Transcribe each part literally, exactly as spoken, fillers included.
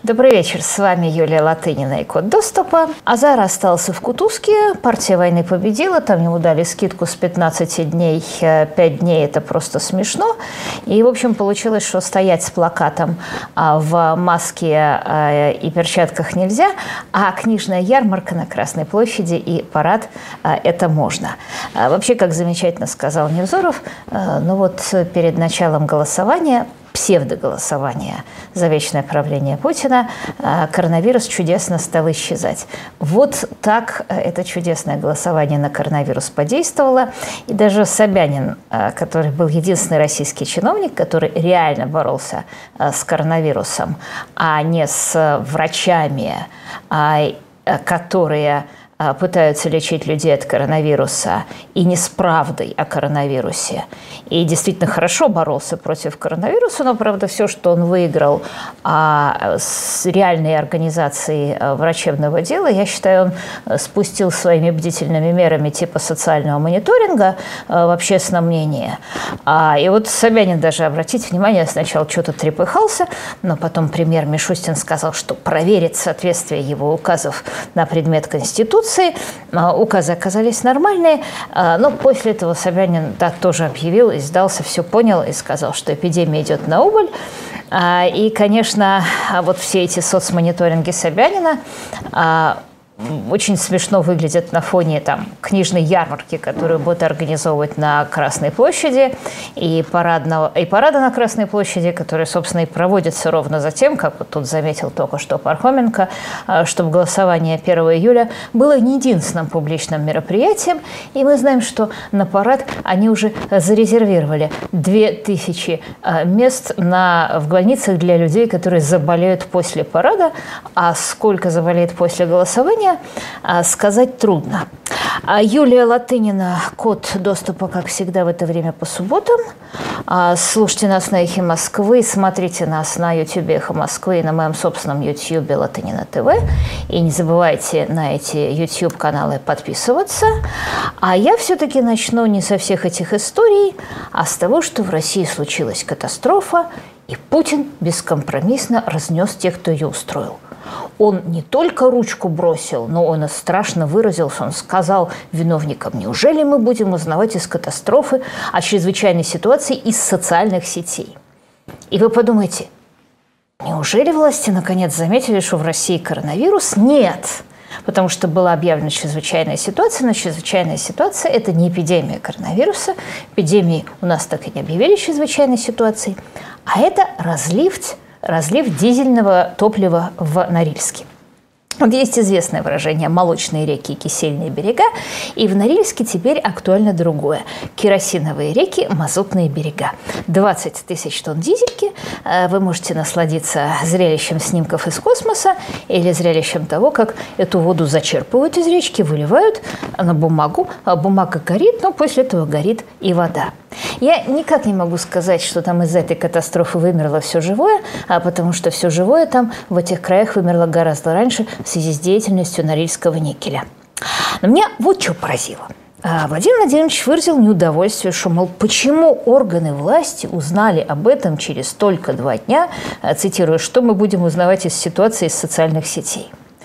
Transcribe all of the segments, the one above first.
Добрый вечер, с вами Юлия Латынина и Код доступа. Азар остался в Кутузке, партия войны победила, там ему дали скидку с пятнадцати дней, пять дней, это просто смешно. И, в общем, получилось, что стоять с плакатом в маске и перчатках нельзя, а книжная ярмарка на Красной площади и парад это можно. Вообще, как замечательно сказал Невзоров, ну вот перед началом голосования, псевдоголосования за вечное правление Путина, коронавирус чудесно стал исчезать. Вот так это чудесное голосование на коронавирус подействовало. И даже Собянин, который был единственный российский чиновник, который реально боролся с коронавирусом, а не с врачами, которые пытаются лечить людей от коронавируса, и не с правдой о коронавирусе. И действительно хорошо боролся против коронавируса, но, правда, все, что он выиграл а, с реальной организацией врачебного дела, я считаю, он спустил своими бдительными мерами типа социального мониторинга а, в общественном мнении. А, и вот Собянин даже, обратите внимание, сначала что-то трепыхался, но потом премьер Мишустин сказал, что проверит соответствие его указов на предмет Конституции. Указы оказались нормальные, но после этого Собянин да, тоже объявил, и сдался, все понял и сказал, что эпидемия идет на убыль. И, конечно, вот все эти соцмониторинги Собянина очень смешно выглядят на фоне там, книжной ярмарки, которую будут организовывать на Красной площади, и, парадного, и парада на Красной площади, который, собственно, и проводится ровно за тем, как вот тут заметил только что Пархоменко, чтобы голосование первого июля было не единственным публичным мероприятием. И мы знаем, что на парад они уже зарезервировали две тысячи мест на, в больницах для людей, которые заболеют после парада. А сколько заболеет после голосования, сказать трудно. Юлия Латынина, Код доступа, как всегда, в это время по субботам. Слушайте нас на Эхе Москвы, смотрите нас на Ютубе Эхо Москвы и на моем собственном Ютубе Латынина ТВ. И не забывайте на эти Ютуб-каналы подписываться. А я все-таки начну не со всех этих историй, а с того, что в России случилась катастрофа, и Путин бескомпромиссно разнес тех, кто ее устроил. Он не только ручку бросил, но он и страшно выразился. Он сказал виновникам: неужели мы будем узнавать из катастрофы о чрезвычайной ситуации из социальных сетей? И вы подумайте, неужели власти наконец заметили, что в России коронавирус? Нет. Потому что была объявлена чрезвычайная ситуация, но чрезвычайная ситуация – это не эпидемия коронавируса. Эпидемии у нас так и не объявили чрезвычайной ситуацией, а это разлив, разлив дизельного топлива в Норильске. Вот есть известное выражение «молочные реки и кисельные берега», и в Норильске теперь актуально другое – керосиновые реки, мазутные берега. двадцать тысяч тонн дизельки, вы можете насладиться зрелищем снимков из космоса или зрелищем того, как эту воду зачерпывают из речки, выливают на бумагу, а бумага горит, но после этого горит и вода. Я никак не могу сказать, что там из этой катастрофы вымерло все живое, а потому что все живое там в этих краях вымерло гораздо раньше в связи с деятельностью Норильского никеля. Но меня вот что поразило. Владимир Владимирович выразил неудовольствие, что, мол, почему органы власти узнали об этом через только два дня, цитирую, что мы будем узнавать из ситуации из социальных сетей.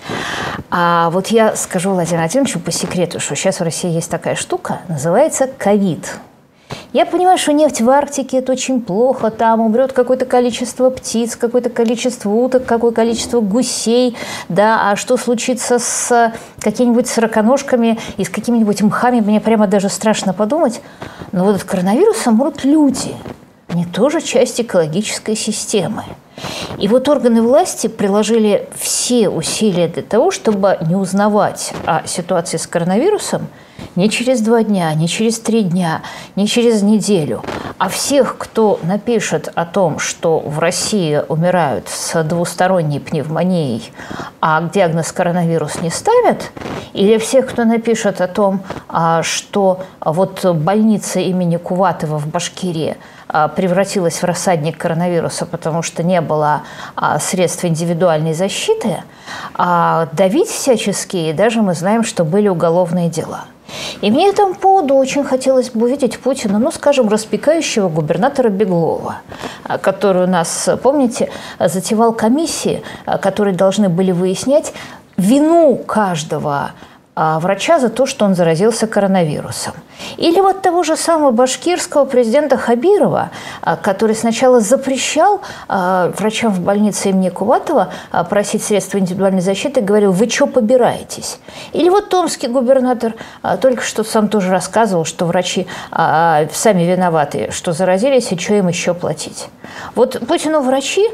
А вот я скажу Владимиру Владимировичу по секрету, что сейчас в России есть такая штука, называется ковид. Я понимаю, что нефть в Арктике – это очень плохо, там умрет какое-то количество птиц, какое-то количество уток, какое количество гусей, да, а что случится с какими-нибудь сороконожками и с какими-нибудь мхами, мне прямо даже страшно подумать. Но вот от коронавируса умрут люди, они тоже часть экологической системы. И вот органы власти приложили все усилия для того, чтобы не узнавать о ситуации с коронавирусом не через два дня, не через три дня, не через неделю, а всех, кто напишет о том, что в России умирают с двусторонней пневмонией, а диагноз коронавирус не ставят, или всех, кто напишет о том, что вот больница имени Куватова в Башкирии превратилась в рассадник коронавируса, потому что не было средств индивидуальной защиты, давить всячески, и даже мы знаем, что были уголовные дела. И мне по этому поводу очень хотелось бы увидеть Путина, ну, скажем, распекающего губернатора Беглова, который у нас, помните, затевал комиссии, которые должны были выяснять вину каждого врача за то, что он заразился коронавирусом. Или вот того же самого башкирского президента Хабирова, который сначала запрещал врачам в больнице имени Куватова просить средства индивидуальной защиты, говорил: вы что побираетесь? Или вот томский губернатор только что сам тоже рассказывал, что врачи сами виноваты, что заразились, и что им еще платить. Вот Путину врачи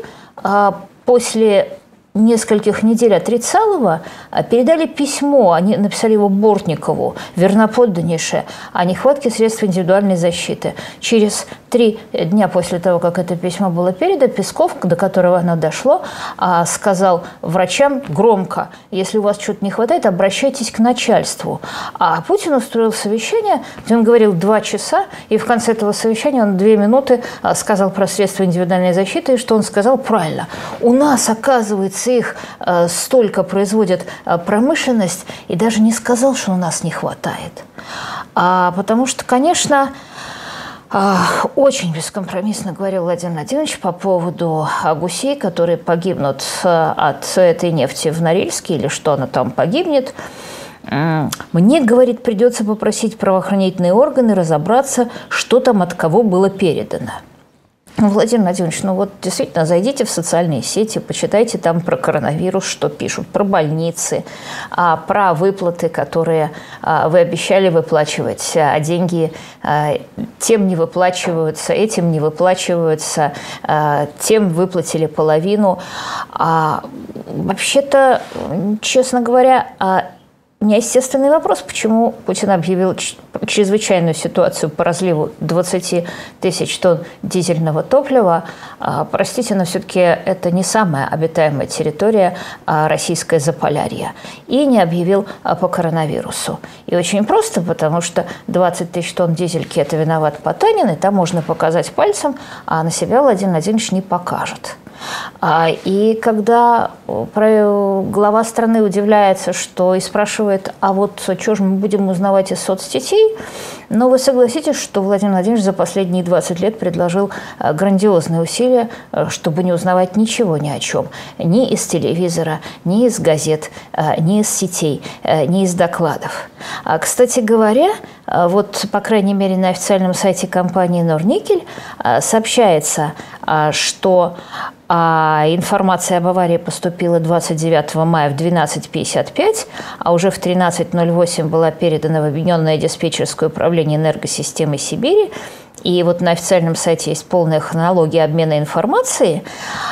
после нескольких недель отрицалого передали письмо, они написали его Бортникову, верноподданнейшее, о нехватке средств индивидуальной защиты. Через три дня после того, как это письмо было передано, Песков, до которого оно дошло, сказал врачам громко: если у вас что-то не хватает, обращайтесь к начальству. А Путин устроил совещание, где он говорил два часа, и в конце этого совещания он две минуты сказал про средства индивидуальной защиты, и что он сказал правильно. У нас, оказывается, их э, столько производит э, промышленность, и даже не сказал, что у нас не хватает. А, потому что, конечно, э, очень бескомпромиссно говорил Владимир Владимирович по поводу гусей, которые погибнут э, от этой нефти в Норильске, или что она там погибнет. Мне, говорит, придется попросить правоохранительные органы разобраться, что там от кого было передано. Владимир Владимирович, ну вот действительно, зайдите в социальные сети, почитайте там про коронавирус, что пишут, про больницы, про выплаты, которые вы обещали выплачивать, а деньги тем не выплачиваются, этим не выплачиваются, тем выплатили половину. А вообще-то, честно говоря, у меня естественный вопрос, почему Путин объявил чрезвычайную ситуацию по разливу двадцати тысяч тонн дизельного топлива. Простите, но все-таки это не самая обитаемая территория российское Заполярье. И не объявил по коронавирусу. И очень просто, потому что двадцать тысяч тонн дизельки – это виноват Потанин, и там можно показать пальцем, а на себя Владимир Владимирович не покажет. И когда глава страны удивляется, что и спрашивает: а вот что же мы будем узнавать из соцсетей, но вы согласитесь, что Владимир Владимирович за последние двадцать лет предложил грандиозные усилия, чтобы не узнавать ничего ни о чем. Ни из телевизора, ни из газет, ни из сетей, ни из докладов. Кстати говоря, вот, по крайней мере, на официальном сайте компании «Норникель» сообщается, что информация об аварии поступила двадцать девятого мая в двенадцать пятьдесят пять, а уже в тринадцать ноль восемь была передана в Объединенное диспетчерское управление энергосистемы Сибири. И вот на официальном сайте есть полная хронология обмена информацией.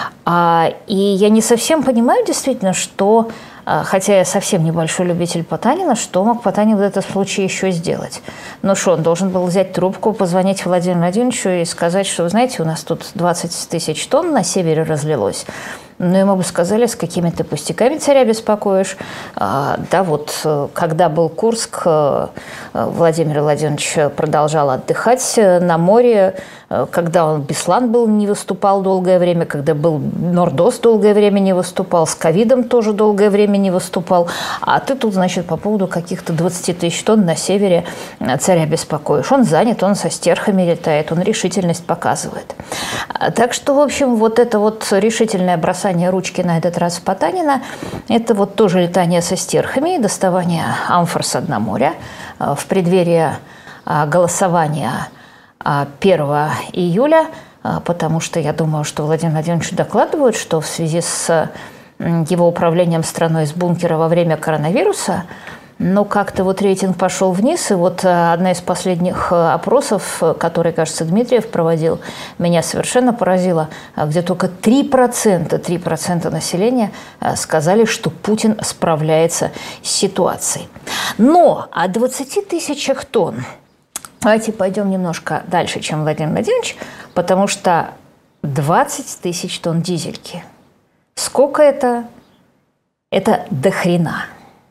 И я не совсем понимаю действительно, что, хотя я совсем небольшой любитель Потанина, что мог Потанин в этом случае еще сделать? Ну что, он должен был взять трубку, позвонить Владимиру Владимировичу и сказать, что, вы знаете, у нас тут двадцать тысяч тонн на севере разлилось. Ну, ему бы сказали, с какими ты пустяками царя беспокоишь. А, да, вот, когда был Курск, Владимир Владимирович продолжал отдыхать на море, когда он Беслан был, не выступал долгое время, когда был Нордос долгое время не выступал, с ковидом тоже долгое время не выступал. А ты тут, значит, по поводу каких-то двадцати тысяч тонн на севере царя беспокоишь. Он занят, он со стерхами летает, он решительность показывает. Так что, в общем, вот это вот решительное бросание ручки на этот раз Потанина, это вот тоже летание со стерхами, доставание амфор с дна моря в преддверии голосования первого июля, потому что я думаю, что Владимир Владимирович докладывает, что в связи с его управлением страной из бункера во время коронавируса, но как-то вот рейтинг пошел вниз, и вот одна из последних опросов, который, кажется, Дмитриев проводил, меня совершенно поразила, где только три процента, три процента населения сказали, что Путин справляется с ситуацией. Но о двадцати тысячах тонн давайте пойдем немножко дальше, чем Владимир Владимирович, потому что двадцать тысяч тонн дизельки. Сколько это? Это до хрена.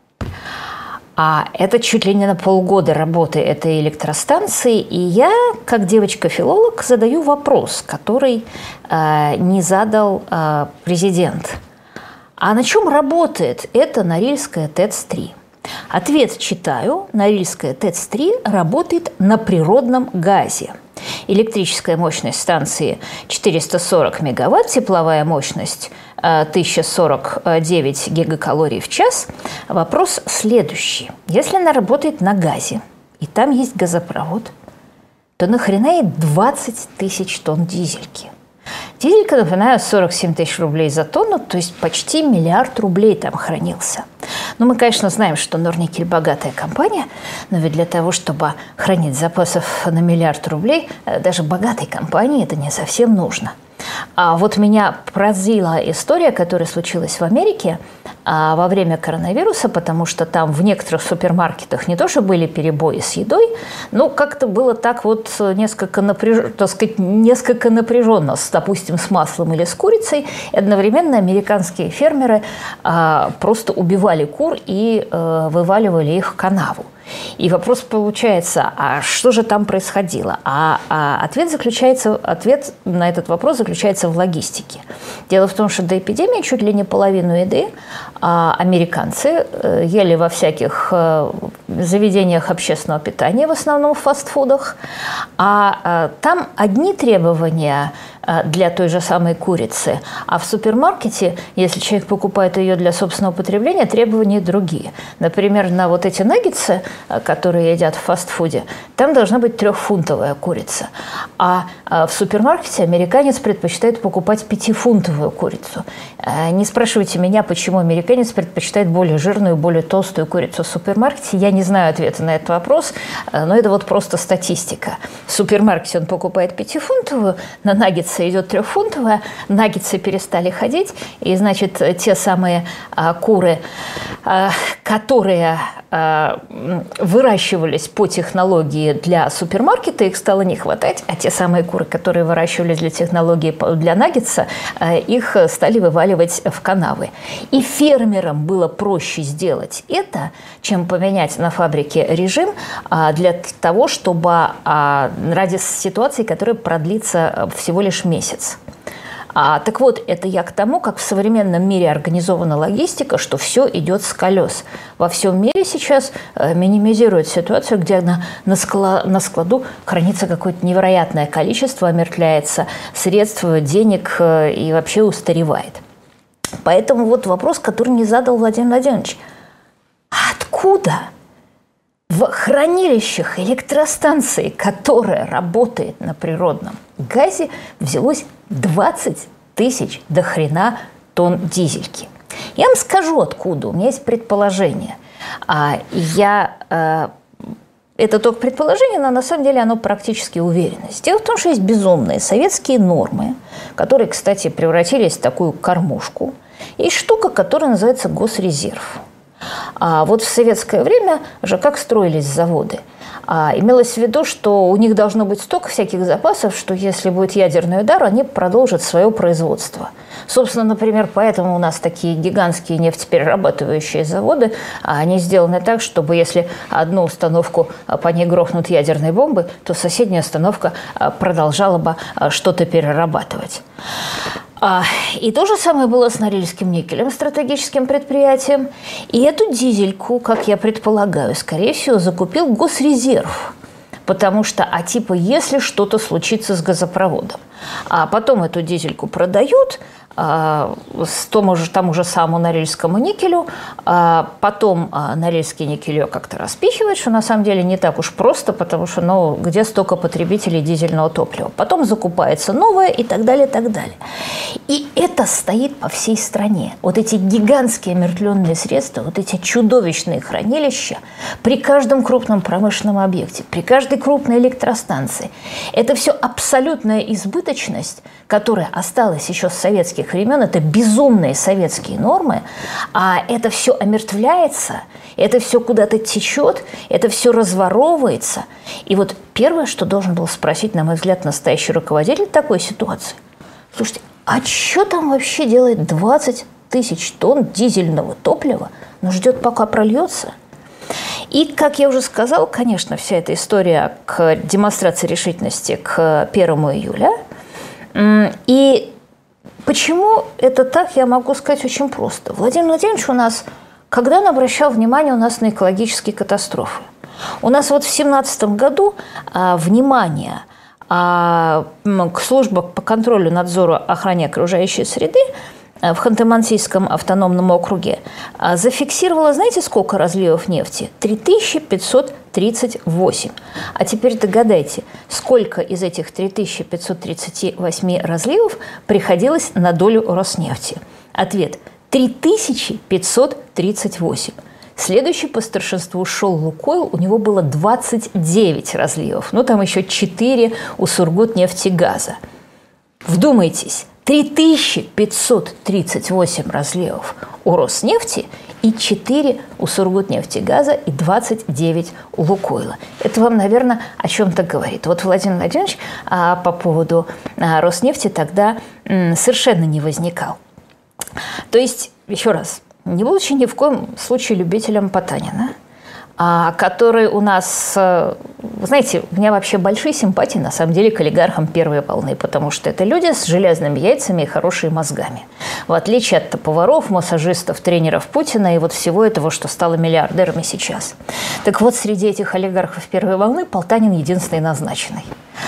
А это чуть ли не на полгода работы этой электростанции. И я, как девочка-филолог, задаю вопрос, который э, не задал э, президент. А на чем работает эта Норильская ТЭЦ три? Ответ читаю. Норильская ТЭЦ три работает на природном газе. Электрическая мощность станции четыреста сорок мегаватт, тепловая мощность тысяча сорок девять гигакалорий в час. Вопрос следующий. Если она работает на газе, и там есть газопровод, то нахрена ей двадцать тысяч тонн дизельки? Дизелька, напоминаю, сорок семь тысяч рублей за тонну, то есть почти миллиард рублей там хранился. Но мы, конечно, знаем, что Норникель богатая компания, но ведь для того, чтобы хранить запасов на миллиард рублей, даже богатой компании это не совсем нужно. А вот меня поразила история, которая случилась в Америке а, во время коронавируса, потому что там в некоторых супермаркетах не то, что были перебои с едой, но как-то было так вот несколько, напряж... так сказать, несколько напряженно, с, допустим, с маслом или с курицей. И одновременно американские фермеры а, просто убивали кур и а, вываливали их в канаву. И вопрос получается, а что же там происходило? А, а ответ, заключается, ответ на этот вопрос заключается в логистике. Дело в том, что до эпидемии чуть ли не половину еды а, американцы ели во всяких а, заведениях общественного питания, в основном в фастфудах. А, а там одни требования для той же самой курицы. А в супермаркете, если человек покупает ее для собственного потребления, требования другие. Например, на вот эти наггетсы, которые едят в фастфуде, там должна быть трехфунтовая курица. А в супермаркете американец предпочитает покупать пятифунтовую курицу. Не спрашивайте меня, почему американец предпочитает более жирную, более толстую курицу в супермаркете. Я не знаю ответа на этот вопрос, но это вот просто статистика. В супермаркете он покупает пятифунтовую, на наггетсы идет трехфунтовая, наггетсы перестали ходить, и, значит, те самые а, куры, а, которые а, выращивались по технологии для супермаркета, их стало не хватать, а те самые куры, которые выращивались для технологии для наггетса, а, их стали вываливать в канавы. И фермерам было проще сделать это, чем поменять на фабрике режим а, для того, чтобы а, ради ситуации, которая продлится всего лишь месяц. А, так вот, это я к тому, как в современном мире организована логистика, что все идет с колес. Во всем мире сейчас э, минимизируют ситуацию, где на, на, скла, на складу хранится какое-то невероятное количество, омертвляется средств, денег э, и вообще устаревает. Поэтому вот вопрос, который мне задал Владимир Владимирович. Откуда в хранилищах электростанции, которая работает на природном газе, взялось двадцать тысяч до хрена тонн дизельки? Я вам скажу, откуда. У меня есть предположение. Я... Это только предположение, но на самом деле оно практически уверенность. Дело в том, что есть безумные советские нормы, которые, кстати, превратились в такую кормушку. Есть штука, которая называется госрезерв. А вот в советское время же как строились заводы? А имелось в виду, что у них должно быть столько всяких запасов, что если будет ядерный удар, они продолжат свое производство. Собственно, например, поэтому у нас такие гигантские нефтеперерабатывающие заводы, они сделаны так, чтобы если одну установку по ней грохнут ядерной бомбы, то соседняя установка продолжала бы что-то перерабатывать. И то же самое было с Норильским никелем, стратегическим предприятием. И эту дизельку, как я предполагаю, скорее всего, закупил Госрезерв. Потому что, а типа, если что-то случится с газопроводом. А потом эту дизельку продают а, с тому же, тому же самому Норильскому никелю. А потом а, Норильский никель ее как-то распихивает, что на самом деле не так уж просто, потому что, ну, где столько потребителей дизельного топлива. Потом закупается новое и так далее, и так далее. И это стоит по всей стране. Вот эти гигантские омертвленные средства, вот эти чудовищные хранилища при каждом крупном промышленном объекте, при каждой крупной электростанции. Это все абсолютная избыточность, которая осталась еще с советских времен. Это безумные советские нормы, а это все омертвляется, это все куда-то течет, это все разворовывается. И вот первое, что должен был спросить, на мой взгляд, настоящий руководитель такой ситуации: слушайте, а что там вообще делает двадцать тысяч тонн дизельного топлива? Ну, ждет, пока прольется. И, как я уже сказал, конечно, вся эта история к демонстрации решительности к первому июля. И почему это так, я могу сказать очень просто. Владимир Владимирович у нас когда он обращал внимание у нас на экологические катастрофы? У нас вот в семнадцатом году а, внимание а, к службе по контролю, надзору, охране окружающей среды в Ханты-Мансийском автономном округе а, зафиксировало, знаете, сколько разливов нефти? три тысячи пятьсот тридцать восемь. А теперь догадайте, сколько из этих три тысячи пятьсот тридцать восемь разливов приходилось на долю Роснефти? Ответ – три тысячи пятьсот тридцать восемь. Следующий по старшинству шел «Лукойл», у него было двадцать девять разливов. Ну, там еще четыре у «Сургутнефтегаза». Вдумайтесь, три тысячи пятьсот тридцать восемь разливов у «Роснефти» и четыре у «Сургутнефтегаза» и двадцать девять у «Лукойла». Это вам, наверное, о чем-то говорит. Вот Владимир Владимирович а, по поводу а, «Роснефти» тогда м, совершенно не возникал. То есть, еще раз, не будучи ни в коем случае любителем Потанина, а, который у нас, вы знаете, у меня вообще большие симпатии, на самом деле, к олигархам первой волны, потому что это люди с железными яйцами и хорошими мозгами. В отличие от поваров, массажистов, тренеров Путина и вот всего этого, что стало миллиардерами сейчас. Так вот, среди этих олигархов первой волны Полтанин единственный назначенный.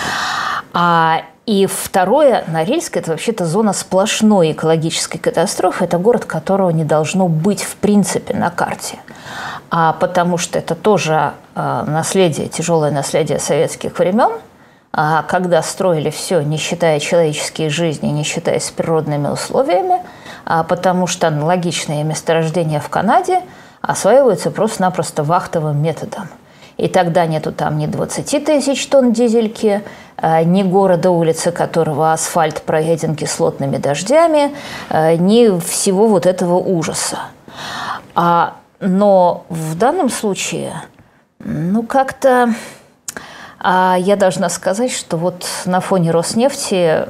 А, и второе, Норильск – это вообще-то зона сплошной экологической катастрофы. Это город, которого не должно быть в принципе на карте. А потому что это тоже а, наследие, тяжелое наследие советских времен, а, когда строили все, не считая человеческие жизни, не считаясь с природными условиями, а, потому что аналогичные месторождения в Канаде осваиваются просто-напросто вахтовым методом. И тогда нету там ни двадцати тысяч тонн дизельки, ни города, улицы которого асфальт проеден кислотными дождями, ни всего вот этого ужаса. А, но в данном случае, ну, как-то а, я должна сказать, что вот на фоне Роснефти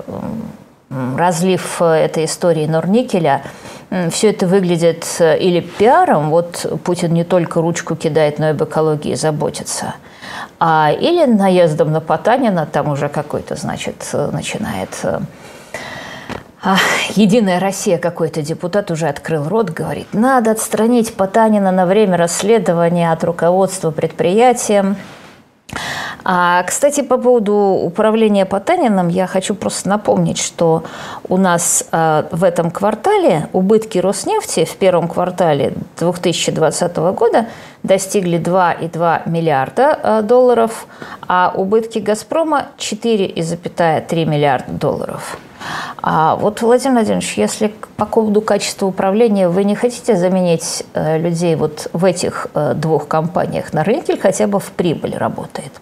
разлив этой истории Норникеля, все это выглядит или пиаром, вот Путин не только ручку кидает, но и об экологии заботится, а, или наездом на Потанина, там уже какой-то, значит, начинает... А, «Единая Россия» какой-то депутат уже открыл рот, говорит, надо отстранить Потанина на время расследования от руководства предприятием. А, кстати, по поводу управления Потаниным я хочу просто напомнить, что у нас а, в этом квартале убытки Роснефти в первом квартале две тысячи двадцатого года достигли два и два миллиарда а, долларов, а убытки «Газпрома» четыре и три миллиарда долларов. А вот, Владимир Владимирович, если по поводу качества управления вы не хотите заменить э, людей вот в этих э, двух компаниях, Норникель хотя бы в прибыль работает.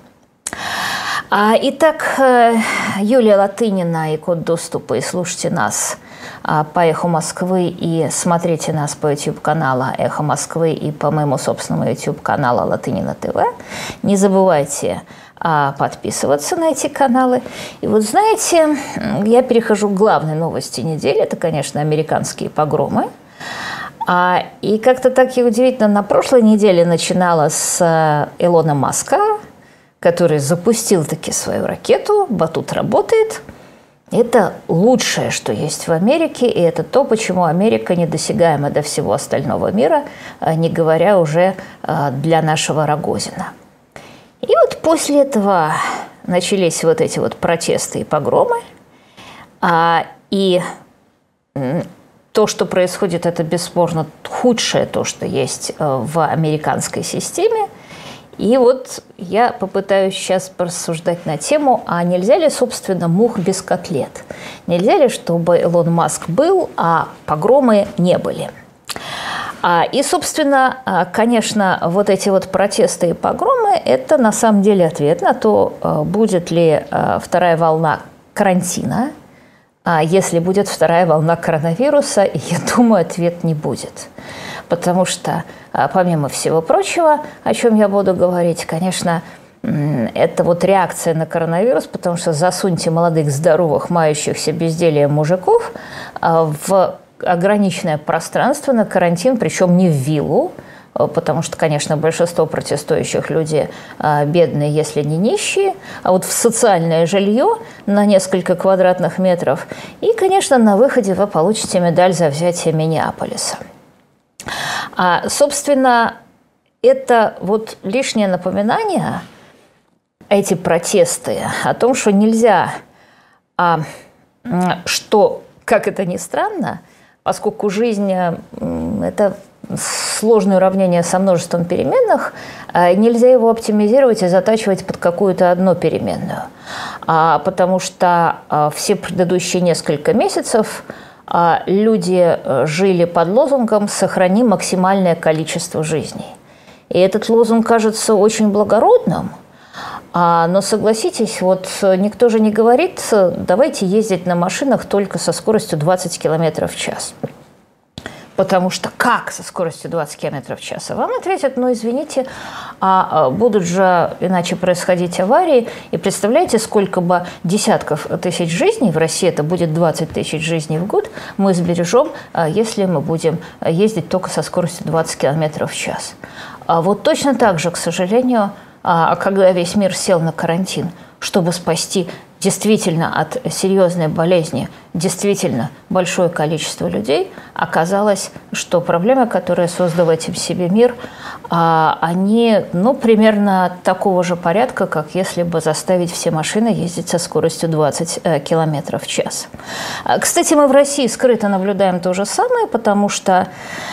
А, итак, э, Юлия Латынина и Код доступа, и слушайте нас э, по «Эхо Москвы», и смотрите нас по YouTube-каналу «Эхо Москвы» и по моему собственному YouTube-каналу Латынина ТВ. Не забывайте подписываться на эти каналы. И вот знаете, я перехожу к главной новости недели. Это, конечно, американские погромы. А, и как-то так и удивительно, на прошлой неделе начинала с Илона Маска, который запустил таки свою ракету, батут работает. Это лучшее, что есть в Америке, и это то, почему Америка недосягаема до всего остального мира, не говоря уже для нашего Рогозина. И вот после этого начались вот эти вот протесты и погромы. А, и то, что происходит, это бесспорно худшее то, что есть в американской системе. И вот я попытаюсь сейчас порассуждать на тему, а нельзя ли, собственно, мух без котлет? Нельзя ли, чтобы Илон Маск был, а погромы не были? И, собственно, конечно, вот эти вот протесты и погромы – это на самом деле ответ на то, будет ли вторая волна карантина. Если будет вторая волна коронавируса, я думаю, ответ не будет. Потому что, помимо всего прочего, о чем я буду говорить, конечно, это вот реакция на коронавирус, потому что засуньте молодых, здоровых, мающихся бездельем мужиков в ограниченное пространство на карантин, причем не в виллу, потому что, конечно, большинство протестующих людей бедные, если не нищие, а вот в социальное жилье на несколько квадратных метров. И, конечно, на выходе вы получите медаль за взятие Миннеаполиса. А, собственно, это вот лишнее напоминание, эти протесты, о том, что нельзя, а, что, как это ни странно, поскольку жизнь – это сложное уравнение со множеством переменных, нельзя его оптимизировать и затачивать под какую-то одну переменную. Потому что все предыдущие несколько месяцев люди жили под лозунгом «сохрани максимальное количество жизней». И этот лозунг кажется очень благородным, но согласитесь, вот никто же не говорит, давайте ездить на машинах только со скоростью двадцать километров в час. Потому что как со скоростью двадцать километров в час? А вам ответят, ну извините, а будут же иначе происходить аварии. И представляете, сколько бы десятков тысяч жизней, в России это будет двадцать тысяч жизней в год, мы сбережем, если мы будем ездить только со скоростью двадцать километров в час. А вот точно так же, к сожалению, когда весь мир сел на карантин, чтобы спасти действительно от серьезной болезни действительно большое количество людей, оказалось, что проблемы, которые создал этим себе мир, они ну, примерно такого же порядка, как если бы заставить все машины ездить со скоростью двадцать километров в час. Кстати, мы в России скрыто наблюдаем то же самое, потому что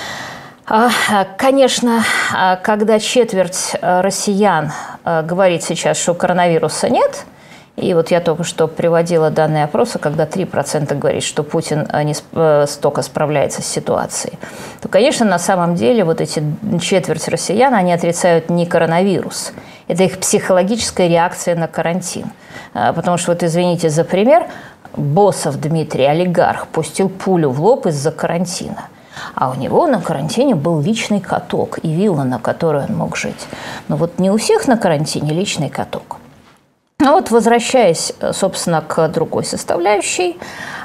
конечно, когда четверть россиян говорит сейчас, что коронавируса нет, и вот я только что приводила данные опроса, когда три процента говорит, что Путин не столько справляется с ситуацией, то, конечно, на самом деле вот эти четверть россиян, они отрицают не коронавирус. Это их психологическая реакция на карантин. Потому что, вот извините за пример, Боссов Дмитрий, олигарх, пустил пулю в лоб из-за карантина. А у него на карантине был личный каток и вилла, на которой он мог жить. Но вот не у всех на карантине личный каток. Ну вот, возвращаясь, собственно, к другой составляющей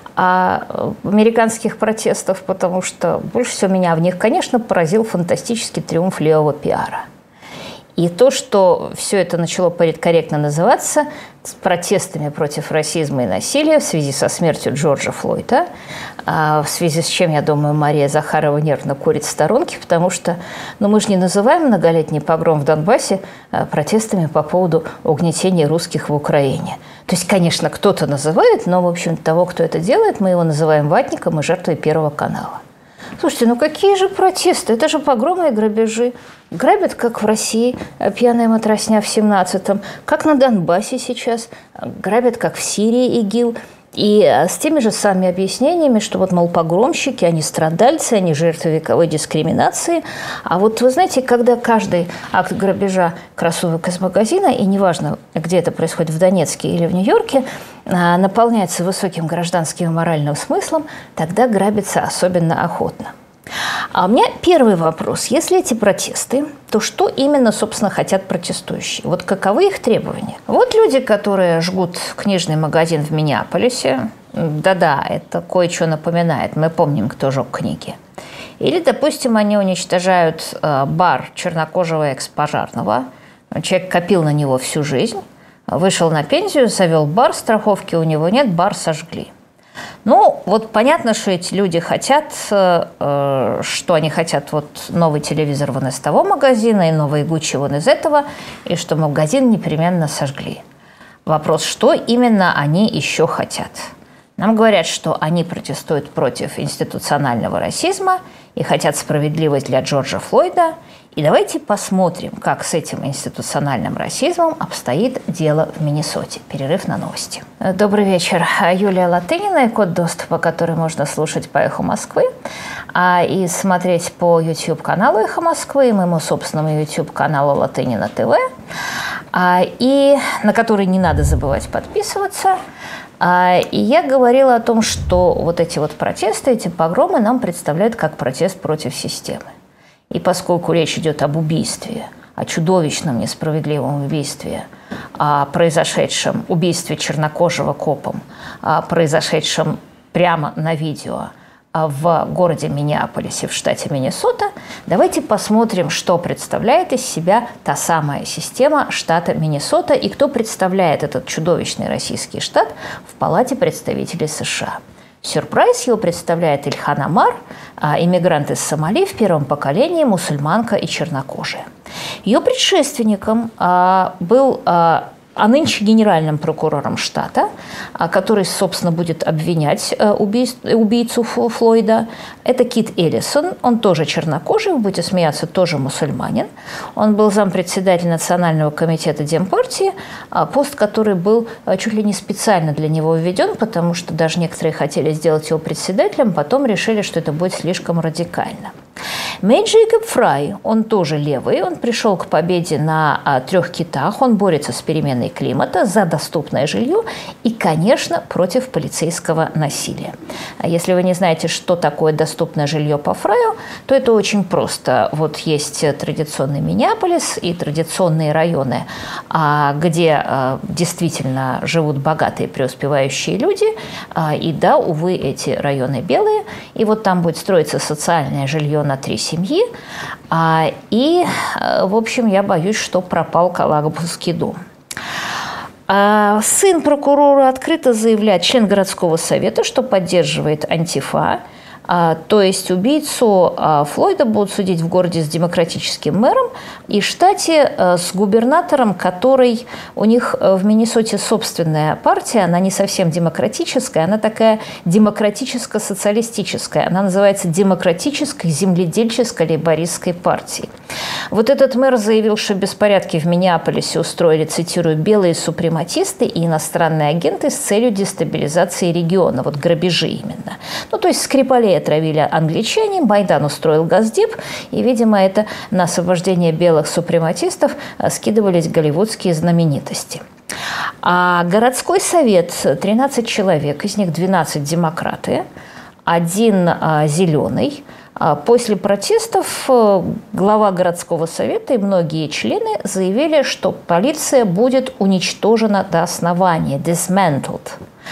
а, американских протестов, потому что больше всего меня в них, конечно, поразил фантастический триумф левого пиара. И то, что все это начало политкорректно называться протестами против расизма и насилия в связи со смертью Джорджа Флойда, в связи с чем, я думаю, Мария Захарова нервно курит в сторонке, потому что ну, мы же не называем многолетний погром в Донбассе протестами по поводу угнетения русских в Украине. То есть, конечно, кто-то называет, но, в общем, того, кто это делает, мы его называем ватником и жертвой Первого канала. Слушайте, ну какие же протесты? Это же погромы и грабежи. Грабят, как в России, пьяная матросня в семнадцатом, как на Донбассе сейчас, грабят, как в Сирии ИГИЛ. И с теми же самыми объяснениями, что вот, мол, погромщики, они страдальцы, они жертвы вековой дискриминации. А вот вы знаете, когда каждый акт грабежа кроссовок из магазина, и неважно, где это происходит, в Донецке или в Нью-Йорке, наполняется высоким гражданским и моральным смыслом, тогда грабится особенно охотно. А у меня первый вопрос. Если эти протесты, то что именно, собственно, хотят протестующие? Вот каковы их требования? Вот люди, которые жгут книжный магазин в Миннеаполисе, да-да, это кое-что напоминает, мы помним, кто жег книги. Или, допустим, они уничтожают бар чернокожего экс-пожарного. Человек копил на него всю жизнь, вышел на пенсию, завел бар, страховки у него нет, бар сожгли. Ну, вот понятно, что эти люди хотят, э, что они хотят, вот новый телевизор вон из того магазина и новый Гуччи вон из этого, и что магазин непременно сожгли. Вопрос, что именно они еще хотят? Нам говорят, что они протестуют против институционального расизма и хотят справедливость для Джорджа Флойда. И давайте посмотрим, как с этим институциональным расизмом обстоит дело в Миннесоте. Перерыв на новости. Добрый вечер. Юлия Латынина и код доступа, который можно слушать по «Эхо Москвы» а, и смотреть по YouTube-каналу «Эхо Москвы» и моему собственному YouTube-каналу Латынина ТВ, а, и на который не надо забывать подписываться. А, и я говорила о том, что вот эти вот протесты, эти погромы нам представляют как протест против системы. И поскольку речь идет об убийстве, о чудовищном несправедливом убийстве, о произошедшем убийстве чернокожего копом, о произошедшем прямо на видео в городе Миннеаполисе в штате Миннесота, давайте посмотрим, что представляет из себя та самая система штата Миннесота и кто представляет этот чудовищный российский штат в Палате представителей США. Сюрприз, его представляет Ильхан Омар, иммигрант из Сомали в первом поколении, мусульманка и чернокожая. Ее предшественником был а нынче генеральным прокурором штата, который, собственно, будет обвинять убийцу Флойда, это Кит Эллисон. Он тоже чернокожий, вы будете смеяться, тоже мусульманин. Он был зампредседателя Национального комитета Демпартии, пост, который был чуть ли не специально для него введен, потому что даже некоторые хотели сделать его председателем, потом решили, что это будет слишком радикально. Мэй Джейкоб Фрай, он тоже левый, он пришел к победе на а, трех китах, он борется с переменой климата, за доступное жилье и, конечно, против полицейского насилия. Если вы не знаете, что такое доступное жилье по Фраю, то это очень просто. Вот есть традиционный Миннеаполис и традиционные районы, а, где а, действительно живут богатые преуспевающие люди, а, и да, увы, эти районы белые, и вот там будет строиться социальное жилье на три семьи, а, и, в общем, я боюсь, что пропал Калабурский дом. А, сын прокурора открыто заявляет, член городского совета, что поддерживает Антифа, а, то есть убийцу а, Флойда будут судить в городе с демократическим мэром и в штате а, с губернатором, который у них в Миннесоте собственная партия, она не совсем демократическая, она такая демократическо-социалистическая, она называется Демократической земледельческой лейбористской партией. Вот этот мэр заявил, что беспорядки в Миннеаполисе устроили, цитирую, «белые супрематисты и иностранные агенты с целью дестабилизации региона», вот грабежи именно. Ну, то есть Скрипалей отравили англичане, Майдан устроил Госдеп, и, видимо, это на освобождение белых супрематистов скидывались голливудские знаменитости. А городской совет, тринадцать человек, из них двенадцать демократы, один а, зеленый. После протестов глава городского совета и многие члены заявили, что полиция будет уничтожена до основания, dismantled.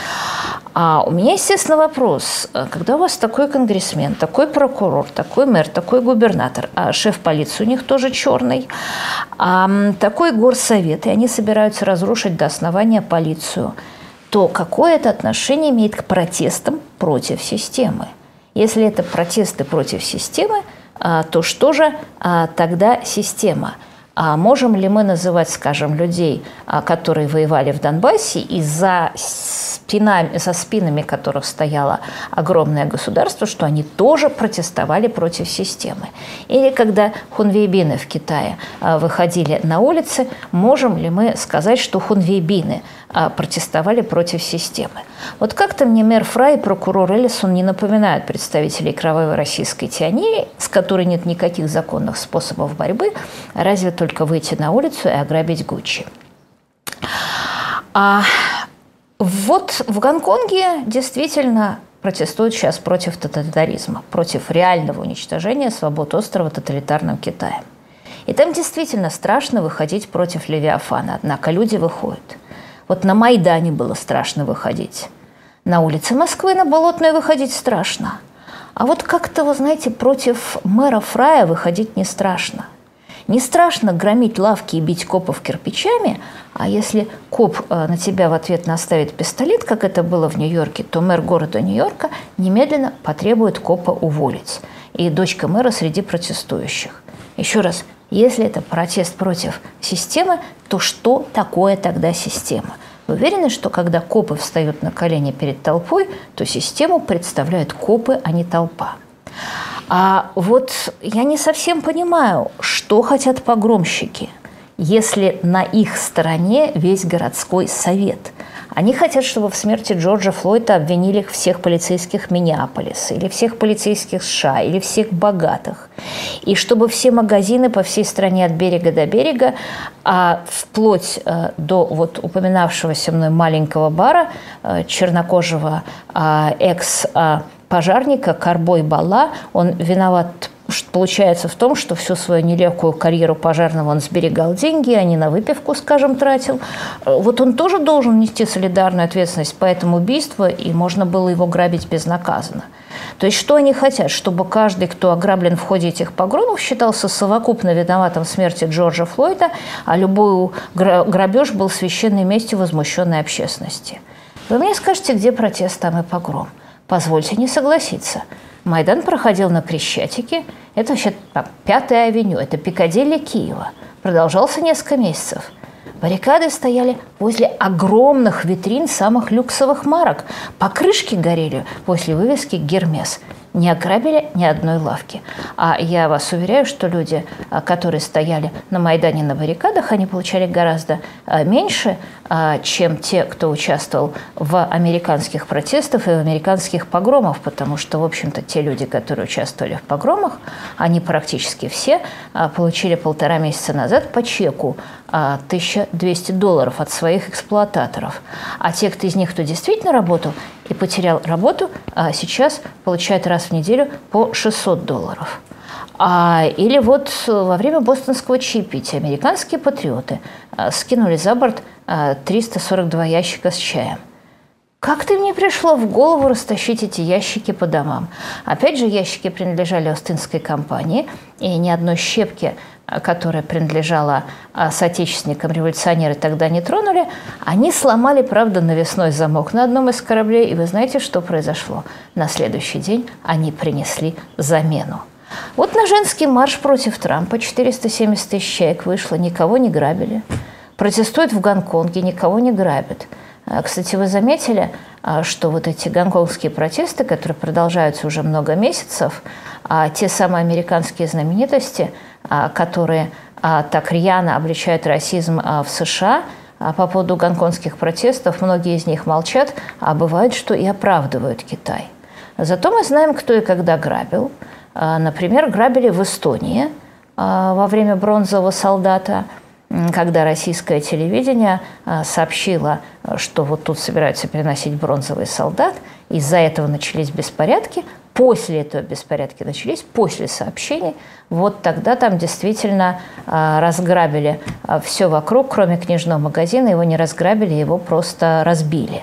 А у меня, естественно, вопрос. Когда у вас такой конгрессмен, такой прокурор, такой мэр, такой губернатор, а шеф полиции у них тоже черный, а такой горсовет, и они собираются разрушить до основания полицию, то какое это отношение имеет к протестам против системы? Если это протесты против системы, то что же тогда система? А можем ли мы называть, скажем, людей, которые воевали в Донбассе, и за спинами, за спинами которых стояло огромное государство, что они тоже протестовали против системы? Или когда хунвейбины в Китае выходили на улицы, можем ли мы сказать, что хунвейбины протестовали против системы? Вот как-то мне мэр Фрай и прокурор Эллисон не напоминают представителей кровавой российской тирании, с которой нет никаких законных способов борьбы, разве только выйти на улицу и ограбить Гуччи. А вот в Гонконге действительно протестуют сейчас против тоталитаризма, против реального уничтожения свобод острова тоталитарным Китаем. И там действительно страшно выходить против Левиафана, однако люди выходят. Вот на Майдане было страшно выходить. На улице Москвы на Болотную выходить страшно. А вот как-то, вы знаете, против мэра Фрая выходить не страшно. Не страшно громить лавки и бить копов кирпичами, а если коп на тебя в ответ наставит пистолет, как это было в Нью-Йорке, то мэр города Нью-Йорка немедленно потребует копа уволить. И дочка мэра среди протестующих. Еще раз, если это протест против системы, то что такое тогда система? Вы уверены, что когда копы встают на колени перед толпой, то систему представляют копы, а не толпа? А вот я не совсем понимаю, что хотят погромщики, если на их стороне весь городской совет. Они хотят, чтобы в смерти Джорджа Флойда обвинили всех полицейских Миннеаполиса, или всех полицейских США, или всех богатых. И чтобы все магазины по всей стране от берега до берега, а вплоть а, до вот упоминавшегося мной маленького бара, а, чернокожего а, экс-пожарника Карбой Балла, он виноват, получается, в том, что всю свою нелегкую карьеру пожарного он сберегал деньги, а не на выпивку, скажем, тратил. Вот он тоже должен нести солидарную ответственность по этому убийству, и можно было его грабить безнаказанно. То есть что они хотят? Чтобы каждый, кто ограблен в ходе этих погромов, считался совокупно виноватым в смерти Джорджа Флойда, а любой грабеж был священной местью возмущенной общественности. Вы мне скажете, где протест, там и погром. Позвольте не согласиться. Майдан проходил на Крещатике, это вообще Пятая авеню, это Пикадилли Киева. Продолжался несколько месяцев. Баррикады стояли возле огромных витрин самых люксовых марок. Покрышки горели возле вывески «Гермес». Не ограбили ни одной лавки. А я вас уверяю, что люди, которые стояли на Майдане на баррикадах, они получали гораздо меньше, чем те, кто участвовал в американских протестах и в американских погромах, потому что, в общем-то, те люди, которые участвовали в погромах, они практически все получили полтора месяца назад по чеку тысячу двести долларов от своих эксплуататоров. А те, кто из них, кто действительно работал и потерял работу, сейчас получают раз в неделю по шестьсот долларов. А, или вот во время бостонского чаепития американские патриоты а, скинули за борт а, триста сорок два ящика с чаем. Как-то мне пришло в голову растащить эти ящики по домам. Опять же, ящики принадлежали Остинской компании, и ни одной щепки, которая принадлежала соотечественникам, революционеры тогда не тронули. Они сломали, правда, навесной замок на одном из кораблей, и вы знаете, что произошло? На следующий день они принесли замену. Вот на женский марш против Трампа четыреста семьдесят тысяч человек вышло, никого не грабили. Протестуют в Гонконге, никого не грабят. Кстати, вы заметили, что вот эти гонконгские протесты, которые продолжаются уже много месяцев, те самые американские знаменитости, которые так рьяно обличают расизм в США, по поводу гонконгских протестов, многие из них молчат, а бывает, что и оправдывают Китай. Зато мы знаем, кто и когда грабил. Например, грабили в Эстонии во время бронзового солдата, когда российское телевидение сообщило, что вот тут собираются переносить бронзовый солдат, из-за этого начались беспорядки. После этого беспорядки начались, после сообщений. Вот тогда там действительно разграбили все вокруг, кроме книжного магазина. Его не разграбили, его просто разбили.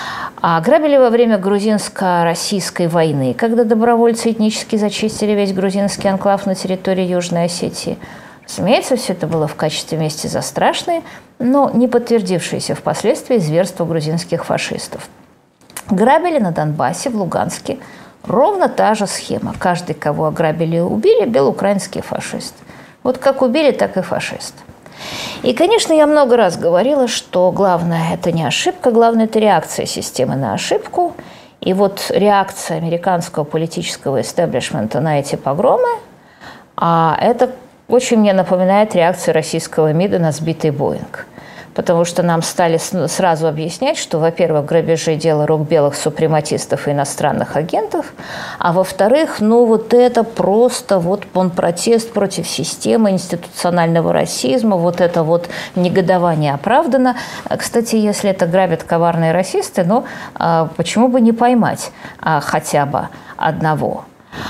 А грабили во время грузинско-российской войны, когда добровольцы этнически зачистили весь грузинский анклав на территории Южной Осетии. Разумеется, все это было в качестве мести за страшные, но не подтвердившиеся впоследствии зверства грузинских фашистов. Грабили на Донбассе, в Луганске. Ровно та же схема. Каждый, кого ограбили и убили, был украинский фашист. Вот как убили, так и фашист. И, конечно, я много раз говорила, что главное – это не ошибка, главное – это реакция системы на ошибку. И вот реакция американского политического истеблишмента на эти погромы а это очень мне напоминает реакцию российского МИДа на сбитый Боинг. Потому что нам стали сразу объяснять, что, во-первых, грабежи – дело рук белых супрематистов и иностранных агентов, а во-вторых, ну вот это просто вот он протест против системы институционального расизма, вот это вот негодование оправдано. Кстати, если это грабят коварные расисты, ну почему бы не поймать хотя бы одного?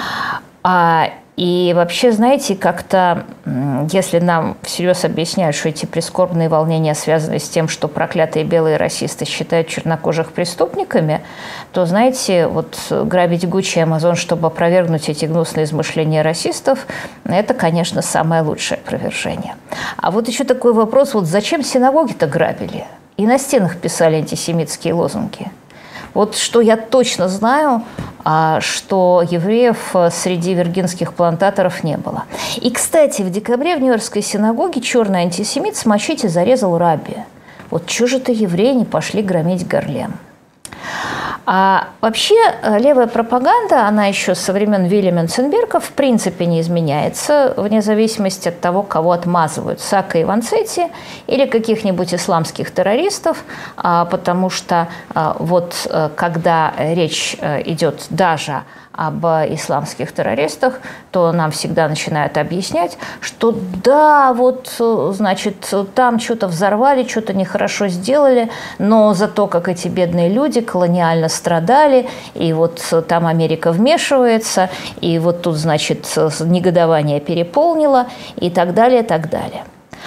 И вообще, знаете, как-то, если нам всерьез объясняют, что эти прискорбные волнения связаны с тем, что проклятые белые расисты считают чернокожих преступниками, то, знаете, вот грабить Гуччи и Амазон, чтобы опровергнуть эти гнусные измышления расистов, это, конечно, самое лучшее опровержение. А вот еще такой вопрос, вот зачем синагоги-то грабили? И на стенах писали антисемитские лозунги. Вот что я точно знаю, что евреев среди виргинских плантаторов не было. И, кстати, в декабре в Нью-Йоркской синагоге черный антисемит с мачете зарезал рабби. Вот чего же это евреи не пошли громить Гарлем? А вообще левая пропаганда, она еще со времен Вильяма Менценберга в принципе не изменяется, вне зависимости от того, кого отмазывают, Сака и Ванцетти или каких-нибудь исламских террористов, потому что вот когда речь идет даже об исламских террористах, то нам всегда начинают объяснять, что да, вот, значит, там что-то взорвали, что-то нехорошо сделали, но зато как эти бедные люди колониально страдали, и вот там Америка вмешивается, и вот тут, значит, негодование переполнило, и так далее, так далее.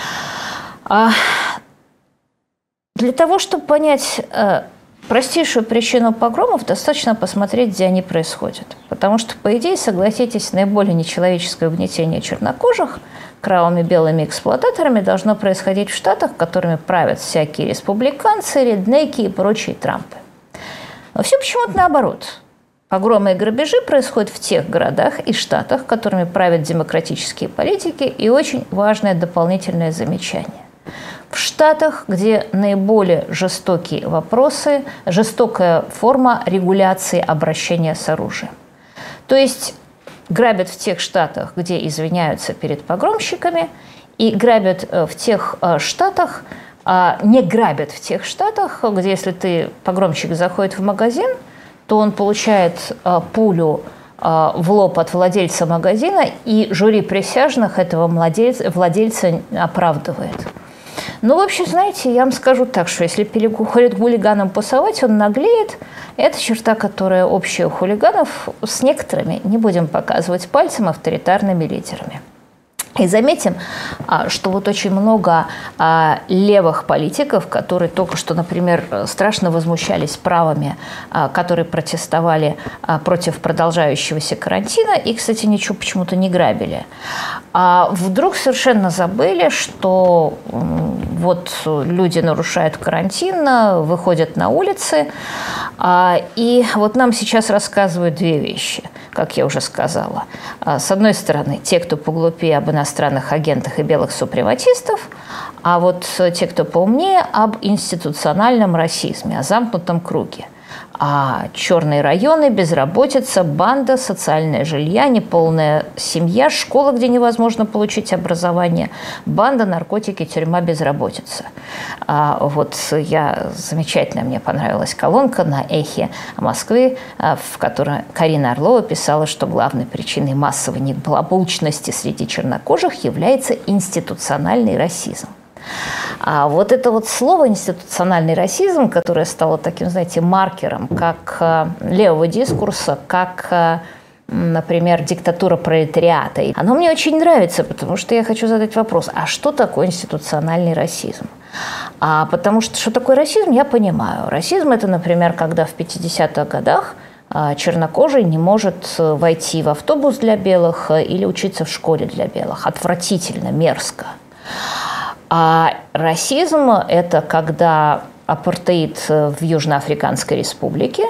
Для того, чтобы понять простейшую причину погромов, достаточно посмотреть, где они происходят. Потому что, по идее, согласитесь, наиболее нечеловеческое угнетение чернокожих кровавыми белыми эксплуататорами должно происходить в Штатах, которыми правят всякие республиканцы, реднеки и прочие Трампы. Но все почему-то наоборот. Погромы и грабежи происходят в тех городах и штатах, которыми правят демократические политики. И очень важное дополнительное замечание. В штатах, где наиболее жестокие вопросы, жестокая форма регуляции обращения с оружием. То есть грабят в тех штатах, где извиняются перед погромщиками, и грабят в тех штатах, не грабят в тех штатах, где если ты, погромщик заходит в магазин, то он получает пулю в лоб от владельца магазина, и жюри присяжных этого владельца, владельца оправдывает. Ну, в общем, знаете, я вам скажу так, что если переходит хулиганом пасовать, он наглеет. Это черта, которая общая у хулиганов с некоторыми, не будем показывать пальцем, авторитарными лидерами. И заметим, что вот очень много левых политиков, которые только что, например, страшно возмущались правами, которые протестовали против продолжающегося карантина, и, кстати, ничего почему-то не грабили, а вдруг совершенно забыли, что вот люди нарушают карантин, выходят на улицы, и вот нам сейчас рассказывают две вещи, как я уже сказала. С одной стороны, те, кто поглупее, об иностранных агентах и белых супрематистов, а вот те, кто поумнее, об институциональном расизме, о замкнутом круге. А черные районы, безработица, банда, социальное жилье, неполная семья, школа, где невозможно получить образование, банда, наркотики, тюрьма, безработица. А вот я, замечательно, мне понравилась колонка на «Эхе Москвы», в которой Карина Орлова писала, что главной причиной массовой неполучности среди чернокожих является институциональный расизм. А вот это вот слово «институциональный расизм», которое стало таким, знаете, маркером как левого дискурса, как, например, диктатура пролетариата, оно мне очень нравится, потому что я хочу задать вопрос, а что такое институциональный расизм? А потому что, что такое расизм, я понимаю. Расизм – это, например, когда в пятидесятых годах чернокожий не может войти в автобус для белых или учиться в школе для белых. Отвратительно, мерзко. А расизм – это когда апартеид в Южноафриканской республике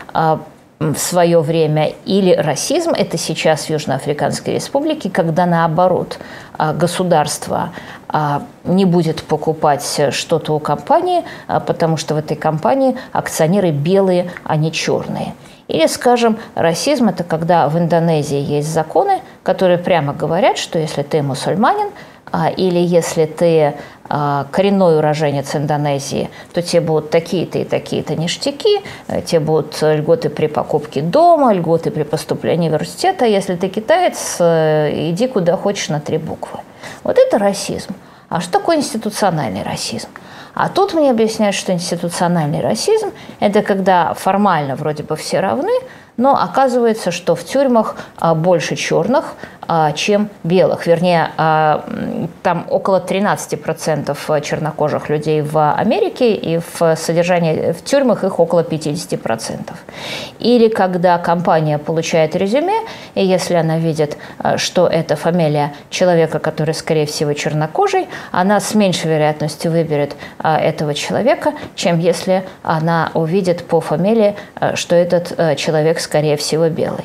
в свое время, или расизм – это сейчас в Южноафриканской республике, когда, наоборот, государство не будет покупать что-то у компании, потому что в этой компании акционеры белые, а не черные. Или, скажем, расизм – это когда в Индонезии есть законы, которые прямо говорят, что если ты мусульманин, или если ты коренной уроженец Индонезии, то тебе будут такие-то и такие-то ништяки, тебе будут льготы при покупке дома, льготы при поступлении в университет, а если ты китаец, иди куда хочешь на три буквы. Вот это расизм. А что такое институциональный расизм? А тут мне объясняют, что институциональный расизм – это когда формально вроде бы все равны, но оказывается, что в тюрьмах больше черных, чем белых. Вернее, там около тринадцати процентов чернокожих людей в Америке, и в содержании в тюрьмах их около пятидесяти процентов. Или когда компания получает резюме, и если она видит, что это фамилия человека, который, скорее всего, чернокожий, она с меньшей вероятностью выберет этого человека, чем если она увидит по фамилии, что этот человек, скорее всего, белый.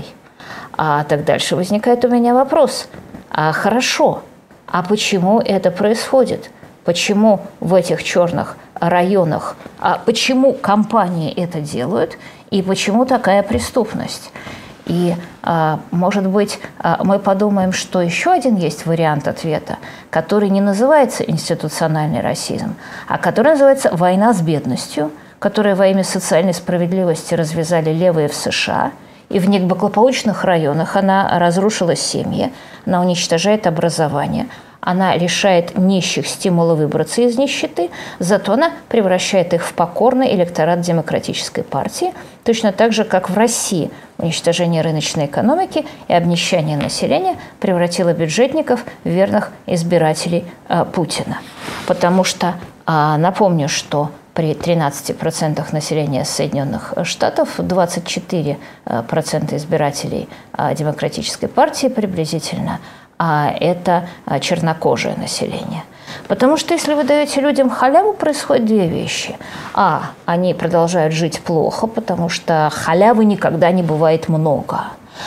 А так дальше возникает у меня вопрос. А хорошо, а почему это происходит? Почему в этих черных районах, а почему компании это делают, и почему такая преступность? И, а, может быть, а, мы подумаем, что еще один есть вариант ответа, который не называется институциональный расизм, а который называется война с бедностью, которую во имя социальной справедливости развязали левые в США. И в неблагополучных районах она разрушила семьи, она уничтожает образование, она лишает нищих стимула выбраться из нищеты, зато она превращает их в покорный электорат демократической партии, точно так же, как в России уничтожение рыночной экономики и обнищание населения превратило бюджетников в верных избирателей э, Путина. Потому что, э, напомню, что при тринадцати процентах населения Соединенных Штатов двадцать четыре процента избирателей Демократической партии приблизительно, а это чернокожее население. Потому что если вы даете людям халяву, происходят две вещи. А, они продолжают жить плохо, потому что халявы никогда не бывает много.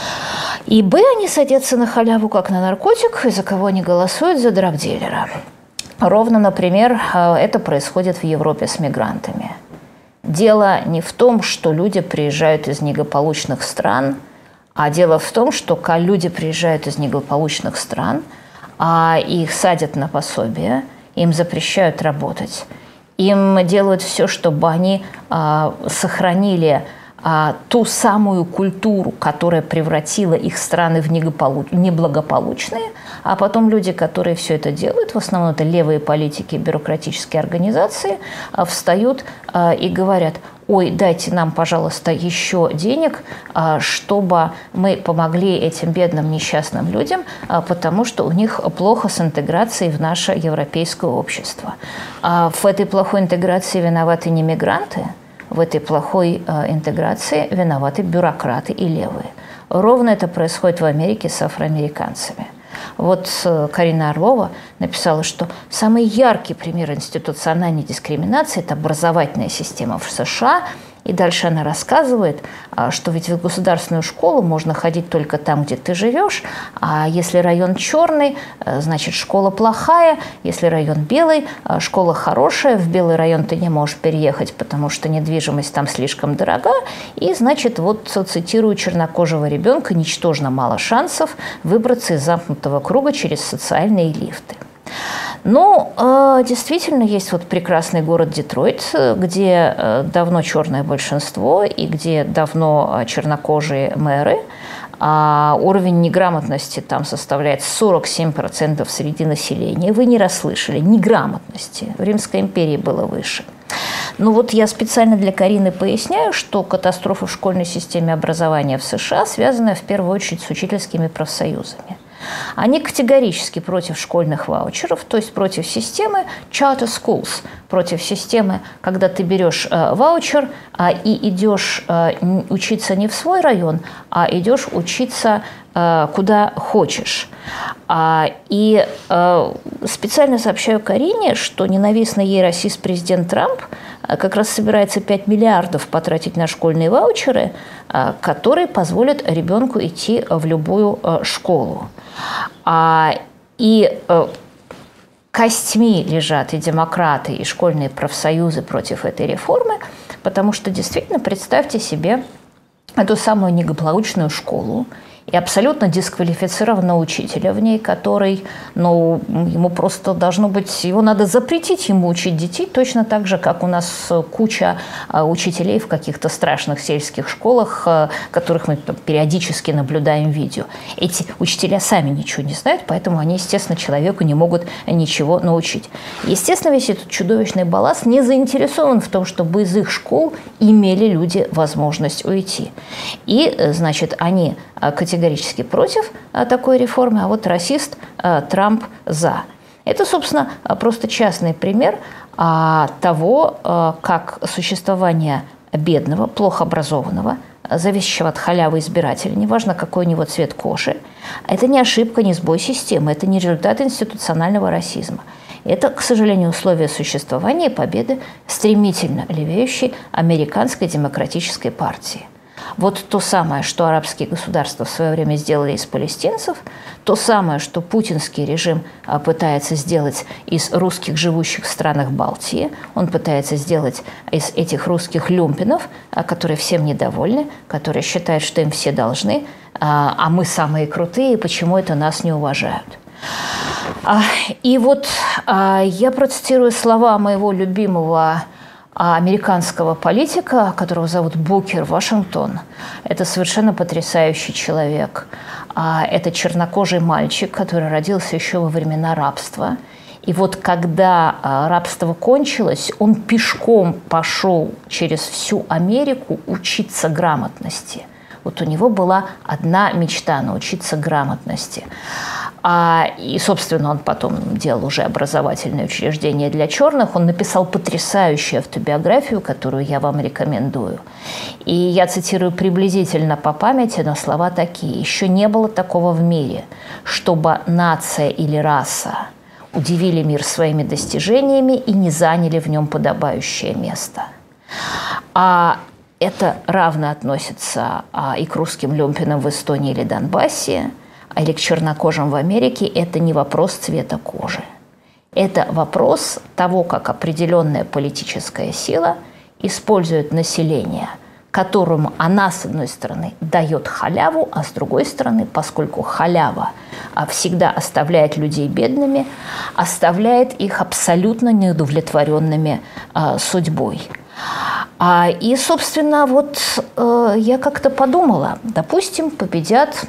И б, они садятся на халяву как на наркотик, и за кого они голосуют? За драгдилера. Ровно, например, это происходит в Европе с мигрантами. Дело не в том, что люди приезжают из неблагополучных стран, а дело в том, что когда люди приезжают из неблагополучных стран, а их садят на пособие, им запрещают работать, им делают все, чтобы они а, сохранили а, ту самую культуру, которая превратила их страны в неблагополучные, а потом люди, которые все это делают, в основном это левые политики, бюрократические организации, а, встают а, и говорят: ой, дайте нам, пожалуйста, еще денег, чтобы мы помогли этим бедным несчастным людям, потому что у них плохо с интеграцией в наше европейское общество. В этой плохой интеграции виноваты не мигранты, в этой плохой интеграции виноваты бюрократы и левые. Ровно это происходит в Америке с афроамериканцами. Вот Карина Орлова написала, что самый яркий пример институциональной дискриминации – это образовательная система в США. И дальше она рассказывает, что ведь в государственную школу можно ходить только там, где ты живешь, а если район черный, значит, школа плохая, если район белый, школа хорошая, в белый район ты не можешь переехать, потому что недвижимость там слишком дорога, и, значит, вот, цитирую, чернокожего ребенка ничтожно мало шансов выбраться из замкнутого круга через социальные лифты. Ну, действительно, есть вот прекрасный город Детройт, где давно черное большинство и где давно чернокожие мэры. А уровень неграмотности там составляет сорок семь процентов среди населения. Вы не расслышали, неграмотности. В Римской империи было выше. Ну вот я специально для Карины поясняю, что катастрофа в школьной системе образования в США связана в первую очередь с учительскими профсоюзами. Они категорически против школьных ваучеров, то есть против системы charter schools, против системы, когда ты берешь э, ваучер э, и идешь э, учиться не в свой район, а идешь учиться э, куда хочешь. А, и э, специально сообщаю Карине, что ненавистный ей расист президент Трамп э, как раз собирается пять миллиардов потратить на школьные ваучеры, э, которые позволят ребенку идти в любую э, школу. А, и э, костьми лежат и демократы, и школьные профсоюзы против этой реформы, потому что действительно представьте себе эту самую неблагополучную школу и абсолютно дисквалифицированного учителя в ней, который, ну, ему просто должно быть, его надо запретить ему учить детей, точно так же, как у нас куча учителей в каких-то страшных сельских школах, которых мы там периодически наблюдаем в видео. Эти учителя сами ничего не знают, поэтому они, естественно, человеку не могут ничего научить. Естественно, весь этот чудовищный балласт не заинтересован в том, чтобы из их школ имели люди возможность уйти. И, значит, они категорически против такой реформы, а вот расист Трамп за. Это, собственно, просто частный пример того, как существование бедного, плохо образованного, зависящего от халявы избирателя, неважно, какой у него цвет кожи, это не ошибка, не сбой системы, это не результат институционального расизма. Это, к сожалению, условия существования и победы стремительно левеющей американской демократической партии. Вот то самое, что арабские государства в свое время сделали из палестинцев, то самое, что путинский режим пытается сделать из русских, живущих в странах Балтии, он пытается сделать из этих русских люмпинов, которые всем недовольны, которые считают, что им все должны, а мы самые крутые, и почему это нас не уважают. И вот я процитирую слова моего любимого американского политика, которого зовут Букер Вашингтон. Это совершенно потрясающий человек. Это чернокожий мальчик, который родился еще во времена рабства. И вот когда рабство кончилось, он пешком пошел через всю Америку учиться грамотности. Вот у него была одна мечта – научиться грамотности. А, и, собственно, он потом делал уже образовательные учреждения для черных. Он написал потрясающую автобиографию, которую я вам рекомендую. И я цитирую приблизительно по памяти, но слова такие. «Еще не было такого в мире, чтобы нация или раса удивили мир своими достижениями и не заняли в нем подобающее место. А это равно относится а, и к русским люмпинам в Эстонии или Донбассе, а или к чернокожим в Америке. Это не вопрос цвета кожи. Это вопрос того, как определенная политическая сила использует население, которому она, с одной стороны, дает халяву, а с другой стороны, поскольку халява всегда оставляет людей бедными, оставляет их абсолютно неудовлетворенными а, судьбой. А, и, собственно, вот э, я как-то подумала, допустим, победят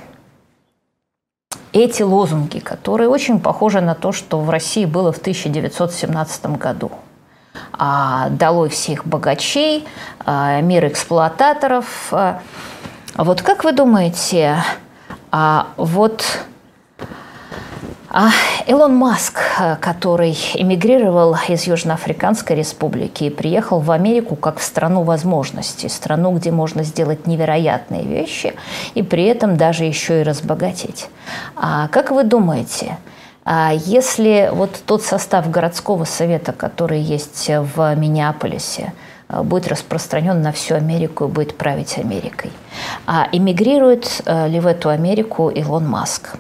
эти лозунги, которые очень похожи на то, что в России было в тысяча девятьсот семнадцатом году. А, долой всех богачей, а, мир эксплуататоров. А, вот как вы думаете, а, вот а, Илон Маск, который эмигрировал из Южноафриканской республики и приехал в Америку как в страну возможностей, страну, где можно сделать невероятные вещи и при этом даже еще и разбогатеть. А, как вы думаете, если вот тот состав городского совета, который есть в Миннеаполисе, будет распространен на всю Америку и будет править Америкой, эмигрирует ли в эту Америку Илон Маск?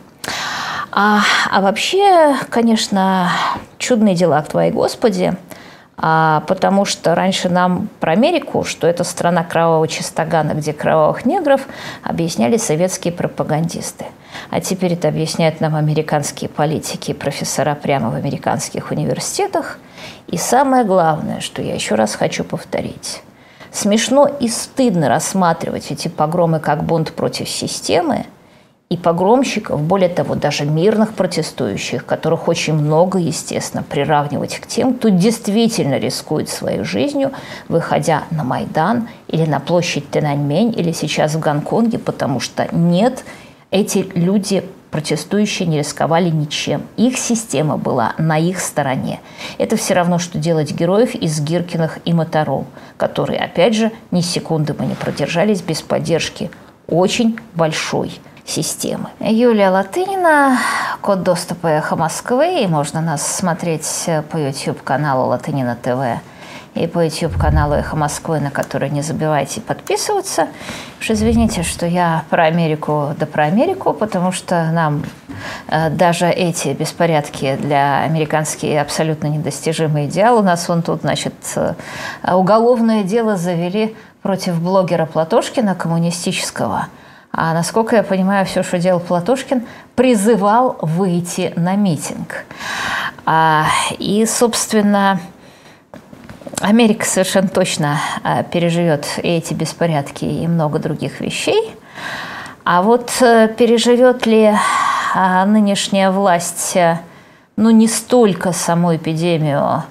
А, а вообще, конечно, чудные дела, твои Господи, а, потому что раньше нам про Америку, что это страна кровавого чистогана, где кровавых негров, объясняли советские пропагандисты. А теперь это объясняют нам американские политики и профессора прямо в американских университетах. И самое главное, что я еще раз хочу повторить. Смешно и стыдно рассматривать эти погромы как бунт против системы, и погромщиков, более того, даже мирных протестующих, которых очень много, естественно, приравнивать к тем, кто действительно рискует своей жизнью, выходя на Майдан или на площадь Тяньаньмэнь или сейчас в Гонконге, потому что нет, эти люди, протестующие, не рисковали ничем. Их система была на их стороне. Это все равно, что делать героев из Гиркиных и Моторол, которые, опять же, ни секунды мы не продержались без поддержки очень большой системы. Юлия Латынина, код доступа «Эхо Москвы», и можно нас смотреть по YouTube-каналу Латынина ТВ и по YouTube-каналу «Эхо Москвы», на который не забывайте подписываться. Уж извините, что я про Америку да про Америку, потому что нам э, даже эти беспорядки для американские абсолютно недостижимый идеал. У нас вон тут, значит, э, уголовное дело завели против блогера Платошкина коммунистического. А насколько я понимаю, все, что делал Платошкин, призывал выйти на митинг. А, и, собственно, Америка совершенно точно а, переживет и эти беспорядки, и много других вещей. А вот а, переживет ли а, нынешняя власть, а, ну, не столько саму эпидемию,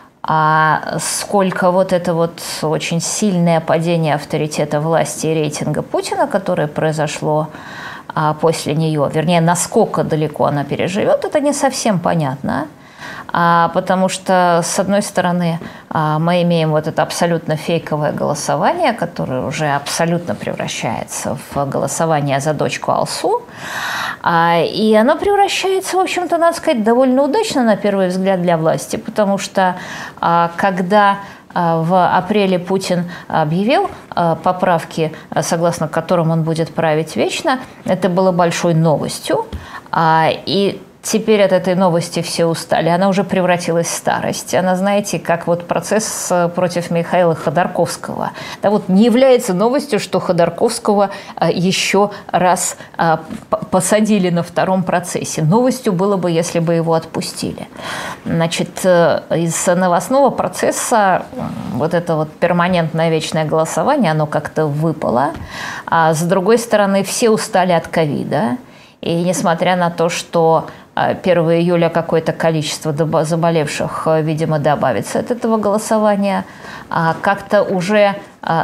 а сколько вот это вот очень сильное падение авторитета власти и рейтинга Путина, которое произошло а, после нее, вернее, насколько далеко она переживет, это не совсем понятно. А, потому что, с одной стороны, а, мы имеем вот это абсолютно фейковое голосование, которое уже абсолютно превращается в голосование за дочку Алсу. А, и оно превращается, в общем-то, надо сказать, довольно удачно, на первый взгляд, для власти, потому что а, когда а, в апреле Путин объявил а, поправки, а, согласно которым он будет править вечно, это было большой новостью. А, и теперь от этой новости все устали. Она уже превратилась в старость. Она, знаете, как вот процесс против Михаила Ходорковского. Да, вот не является новостью, что Ходорковского еще раз посадили на втором процессе. Новостью было бы, если бы его отпустили. Значит, из новостного процесса вот это вот перманентное вечное голосование, оно как-то выпало. А с другой стороны, все устали от ковида. И несмотря на то, что первого июля какое-то количество заболевших, видимо, добавится от этого голосования, как-то уже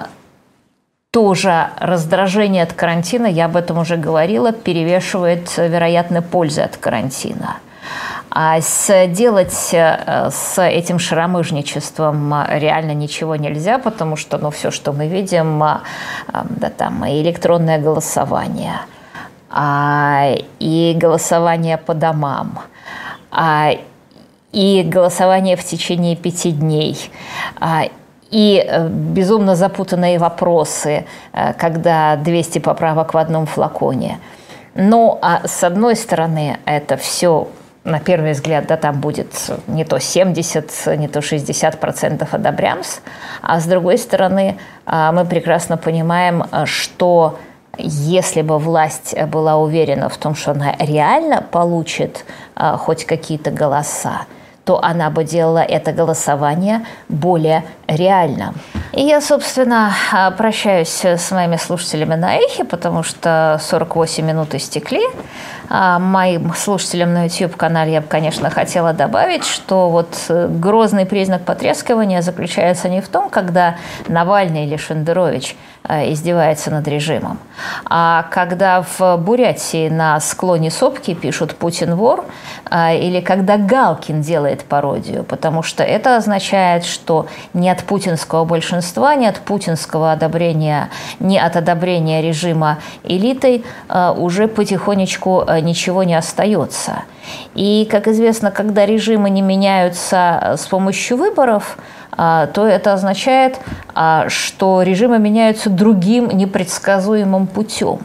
тоже раздражение от карантина, я об этом уже говорила, перевешивает, вероятно, пользы от карантина. А сделать с этим шаромыжничеством реально ничего нельзя, потому что, ну, все, что мы видим, да, там, электронное голосование, а, и голосование по домам, а, и голосование в течение пяти дней, и безумно запутанные вопросы, когда двести поправок в одном флаконе. Ну, а с одной стороны, это все, на первый взгляд, да, там будет не то семьдесят, не то шестьдесят процентов одобрямс, а с другой стороны, мы прекрасно понимаем, что если бы власть была уверена в том, что она реально получит хоть какие-то голоса, то она бы делала это голосование более реальным. И я, собственно, прощаюсь с моими слушателями на эхе, потому что сорок восемь минут истекли. Моим слушателям на YouTube-канале я бы, конечно, хотела добавить, что вот грозный признак потрескивания заключается не в том, когда Навальный или Шендерович издевается над режимом, а когда в Бурятии на склоне сопки пишут «Путин вор», или когда Галкин делает пародию, потому что это означает, что ни от путинского большинства, ни от путинского одобрения, ни от одобрения режима элитой уже потихонечку ничего не остается. И, как известно, когда режимы не меняются с помощью выборов, то это означает, что режимы меняются другим непредсказуемым путем.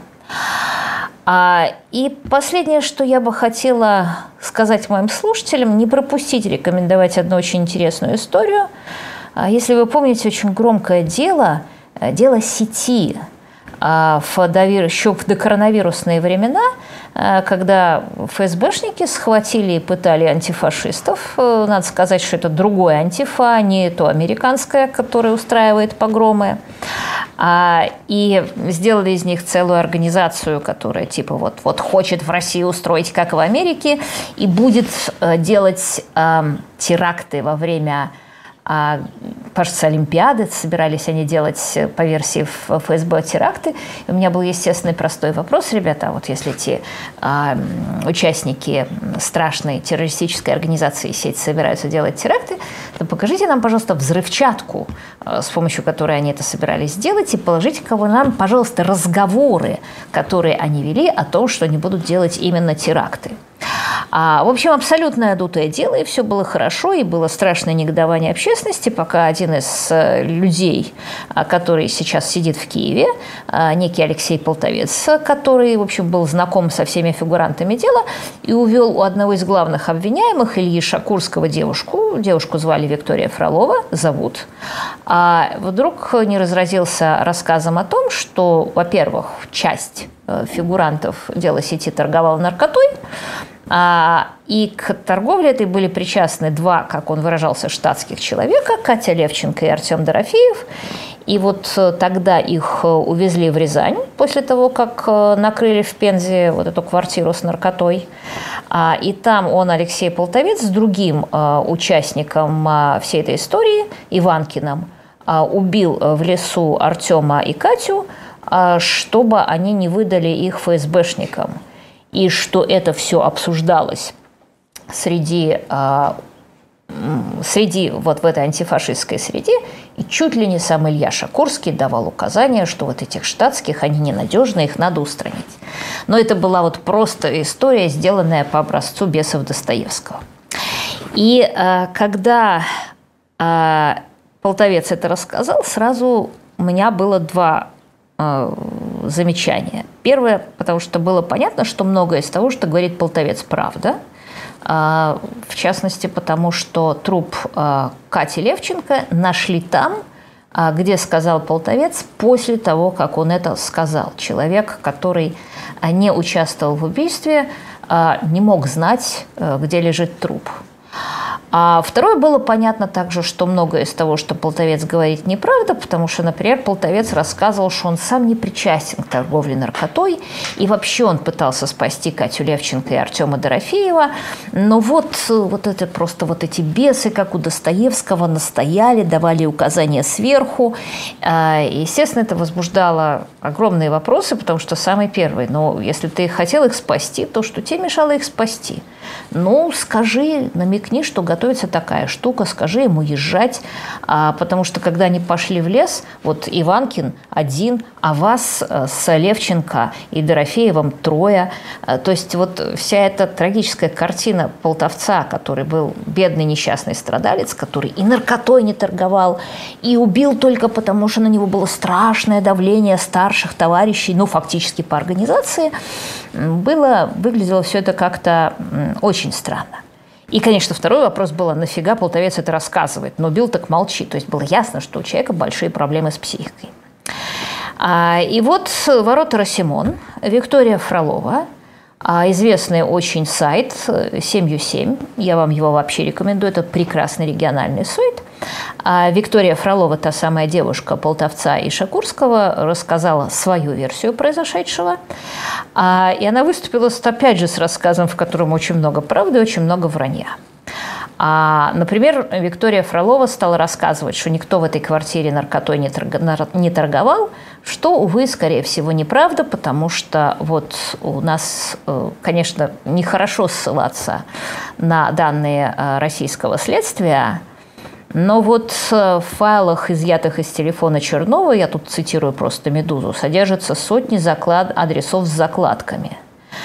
И последнее, что я бы хотела сказать моим слушателям, не пропустить, рекомендовать одну очень интересную историю. Если вы помните, очень громкое дело, дело сети в довер... еще в докоронавирусные времена, когда ФСБшники схватили и пытали антифашистов. Надо сказать, что это другое антифа, не то американское, которое устраивает погромы. И сделали из них целую организацию, которая типа вот, вот хочет в России устроить, как в Америке, и будет делать э, теракты во время, э, кажется, Олимпиады. Собирались они делать по версии ФСБ теракты. И у меня был естественный простой вопрос, ребята, вот если те э, участники страшной террористической организации сеть собираются делать теракты, то покажите нам, пожалуйста, взрывчатку, с помощью которой они это собирались сделать, и положите-ка вы нам, пожалуйста, разговоры, которые они вели о том, что они будут делать именно теракты. А, в общем, абсолютно дутое дело, и все было хорошо, и было страшное негодование общественности, пока один из людей, который сейчас сидит в Киеве, некий Алексей Полтовец, который, в общем, был знаком со всеми фигурантами дела, и увел у одного из главных обвиняемых, Ильи Шакурского, девушку, девушку звали Виктория Фролова, зовут, а вдруг не разразился рассказом о том, что, во-первых, часть фигурантов дела сети торговала наркотой, и к торговле этой были причастны два, как он выражался, штатских человека, Катя Левченко и Артем Дорофеев. И вот тогда их увезли в Рязань, после того, как накрыли в Пензе вот эту квартиру с наркотой. И там он, Алексей Полтовец, с другим участником всей этой истории, Иванкиным, убил в лесу Артема и Катю, чтобы они не выдали их ФСБшникам. И что это все обсуждалось среди, среди вот в этой антифашистской среде, и чуть ли не сам Илья Шакурский давал указания, что вот этих штатских, они ненадежны, их надо устранить. Но это была вот просто история, сделанная по образцу бесов Достоевского. И когда Полтовец это рассказал, сразу у меня было два замечания. Первое, потому что было понятно, что многое из того, что говорит Полтовец, правда. В частности, потому что труп Кати Левченко нашли там, где сказал Полтовец, после того, как он это сказал. Человек, который не участвовал в убийстве, не мог знать, где лежит труп. А второе, было понятно также, что многое из того, что Полтовец говорит, неправда, потому что, например, Полтовец рассказывал, что он сам не причастен к торговле наркотой, и вообще он пытался спасти Катю Левченко и Артема Дорофеева, но вот, вот это просто вот эти бесы, как у Достоевского, настояли, давали указания сверху. И, естественно, это возбуждало огромные вопросы, потому что самый первый, но если ты хотел их спасти, то что тебе мешало их спасти? Ну, скажи, намекни, что готовится такая штука, скажи ему езжать, а, потому что когда они пошли в лес, вот Иванкин один, а вас а, с Левченко и Дорофеевым трое. А, то есть вот вся эта трагическая картина Полтавца, который был бедный несчастный страдалец, который и наркотой не торговал, и убил только потому, что на него было страшное давление старших товарищей, ну, фактически по организации, было, выглядело все это как-то очень странно. И, конечно, второй вопрос был, а нафига полтавец это рассказывает? Но убил, так молчи. То есть было ясно, что у человека большие проблемы с психикой. А, и вот «Ворота Росимон», Виктория Фролова, известный очень сайт семью семь, я вам его вообще рекомендую, это прекрасный региональный сайт. Виктория Фролова, та самая девушка Полтавца и Шакурского, рассказала свою версию произошедшего. И она выступила, опять же, с рассказом, в котором очень много правды и очень много вранья. Например, Виктория Фролова стала рассказывать, что никто в этой квартире наркотой не торговал, что, увы, скорее всего, неправда, потому что вот у нас, конечно, нехорошо ссылаться на данные российского следствия, но вот в файлах, изъятых из телефона Чернова, я тут цитирую просто «Медузу», содержатся сотни заклад... адресов с закладками.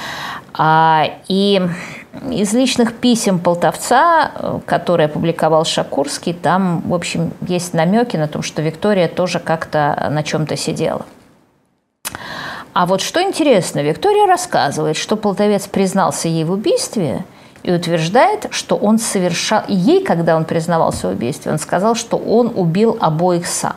И из личных писем Полтавца, которые опубликовал Шакурский, там, в общем, есть намеки на то, что Виктория тоже как-то на чем-то сидела. А вот что интересно, Виктория рассказывает, что Полтавец признался ей в убийстве и утверждает, что он совершал... И ей, когда он признавался в убийстве, он сказал, что он убил обоих сам.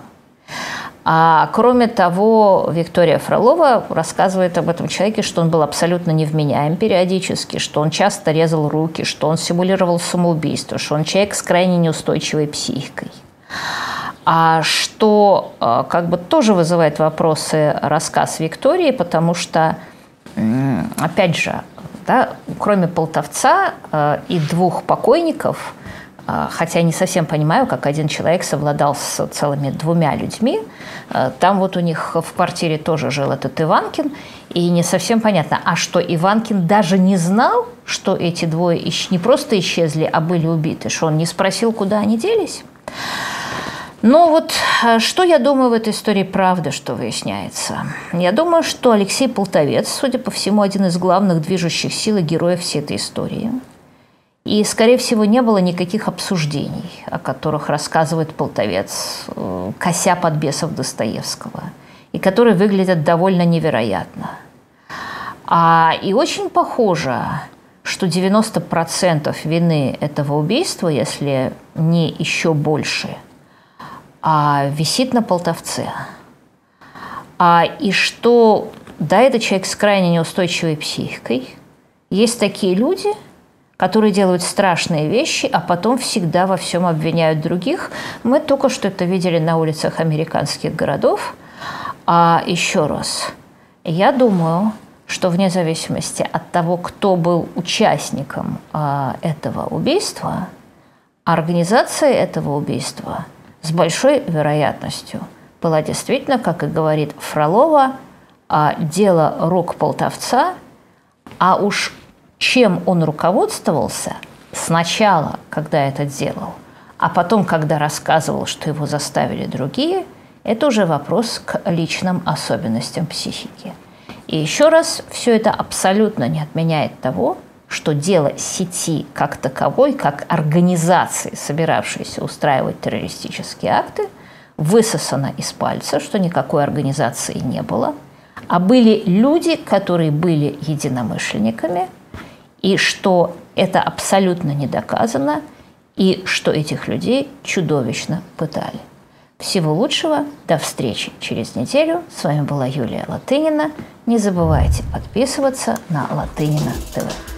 А кроме того, Виктория Фролова рассказывает об этом человеке, что он был абсолютно невменяем периодически, что он часто резал руки, что он симулировал самоубийство, что он человек с крайне неустойчивой психикой. А что как бы тоже вызывает вопросы рассказ Виктории, потому что, опять же, да, кроме Полтавца и двух покойников, хотя я не совсем понимаю, как один человек совладал с целыми двумя людьми. Там вот у них в квартире тоже жил этот Иванкин. И не совсем понятно, а что Иванкин даже не знал, что эти двое не просто исчезли, а были убиты, что он не спросил, куда они делись? Но вот что я думаю в этой истории правда, что выясняется? Я думаю, что Алексей Полтавец, судя по всему, один из главных движущих сил и героев всей этой истории. И, скорее всего, не было никаких обсуждений, о которых рассказывает Полтавец, кося под бесов Достоевского, и которые выглядят довольно невероятно. А, и очень похоже, что девяносто процентов вины этого убийства, если не еще больше, а, висит на Полтавце. А, и что, да, это человек с крайне неустойчивой психикой. Есть такие люди, которые делают страшные вещи, а потом всегда во всем обвиняют других. Мы только что это видели на улицах американских городов. А еще раз, я думаю, что вне зависимости от того, кто был участником а, этого убийства, организация этого убийства с большой вероятностью была действительно, как и говорит Фролова, а, дело рук Полтавца, а уж чем он руководствовался сначала, когда это делал, а потом, когда рассказывал, что его заставили другие, это уже вопрос к личным особенностям психики. И еще раз, все это абсолютно не отменяет того, что дело сети как таковой, как организации, собиравшейся устраивать террористические акты, высосано из пальца, что никакой организации не было, а были люди, которые были единомышленниками, и что это абсолютно не доказано, и что этих людей чудовищно пытали. Всего лучшего, до встречи через неделю. С вами была Юлия Латынина. Не забывайте подписываться на Латынина ТВ.